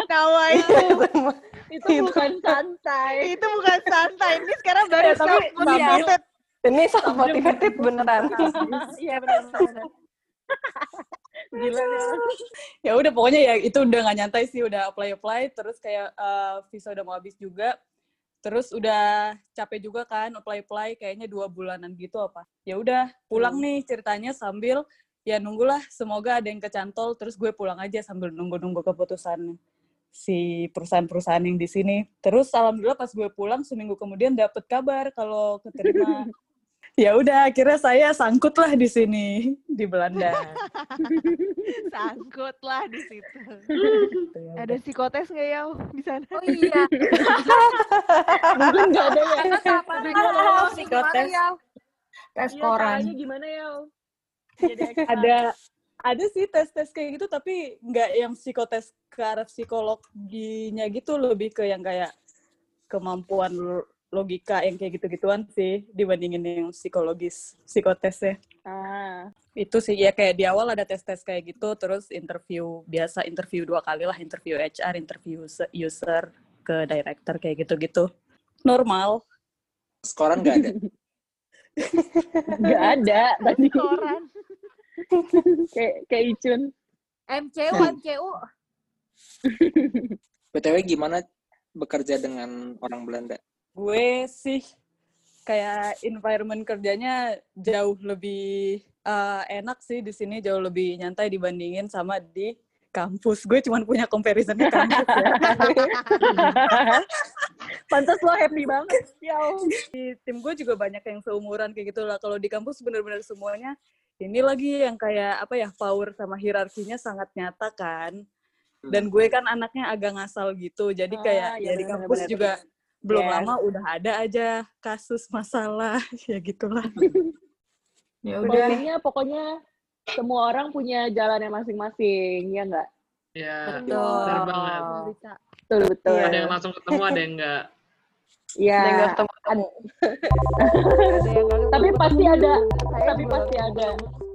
itu bukan santai.
Itu bukan santai. Ini sekarang baru self-motivated.
Ini self-motivated beneran.
Iya benar. Gila.
Ya udah pokoknya ya itu udah nggak nyantai sih, udah apply terus kayak visa udah mau habis juga. Terus udah capek juga kan, apply kayaknya 2 bulanan gitu apa. Ya udah pulang nih ceritanya sambil ya nunggulah semoga ada yang kecantol, terus gue pulang aja sambil nunggu keputusan si perusahaan-perusahaan yang di sini. Terus alhamdulillah pas gue pulang seminggu kemudian dapet kabar kalau keterima. Ya udah akhirnya saya sangkut lah di sini di Belanda.
Sangkut lah di situ. Ada psikotes nggak ya di sana?
Oh iya.
Mungkin nggak ada ya.
Psikotes. Tes koran.
Gimana ya?
Ada sih tes kayak gitu, tapi nggak yang psikotes ke arah psikologinya gitu, lebih ke yang kayak kemampuan logika yang kayak gitu-gituan sih dibandingin yang psikotesnya. Itu sih ya kayak di awal ada tes kayak gitu, terus interview 2 kali lah, interview HR, interview user ke director kayak gitu-gitu. Normal.
Skoran nggak ada?
Nggak ada tadi.
Koran.
kayak Icun.
MCU.
BTW gimana bekerja dengan orang Belanda?
Gue sih kayak environment kerjanya jauh lebih enak sih di sini, jauh lebih nyantai dibandingin sama di kampus. Gue cuma punya comparison-nya kampus ya.
Pantas lo happy banget. Ya.
Di tim gue juga banyak yang seumuran kayak gitu lah. Kalau di kampus benar-benar semuanya ini lagi yang kayak apa ya, power sama hierarkinya sangat nyata kan. Dan gue kan anaknya agak ngasal gitu. Jadi kayak ya di kampus juga belum lama udah ada aja kasus masalah ya gitulah.
Ya udah. Intinya pokoknya semua orang punya jalannya masing-masing, ya nggak?
Ya, benar banget.
Betul.
Ada yang langsung ketemu, ada yang enggak.
Iya.
Ada yang nggak ketemu.
Tapi pasti ada.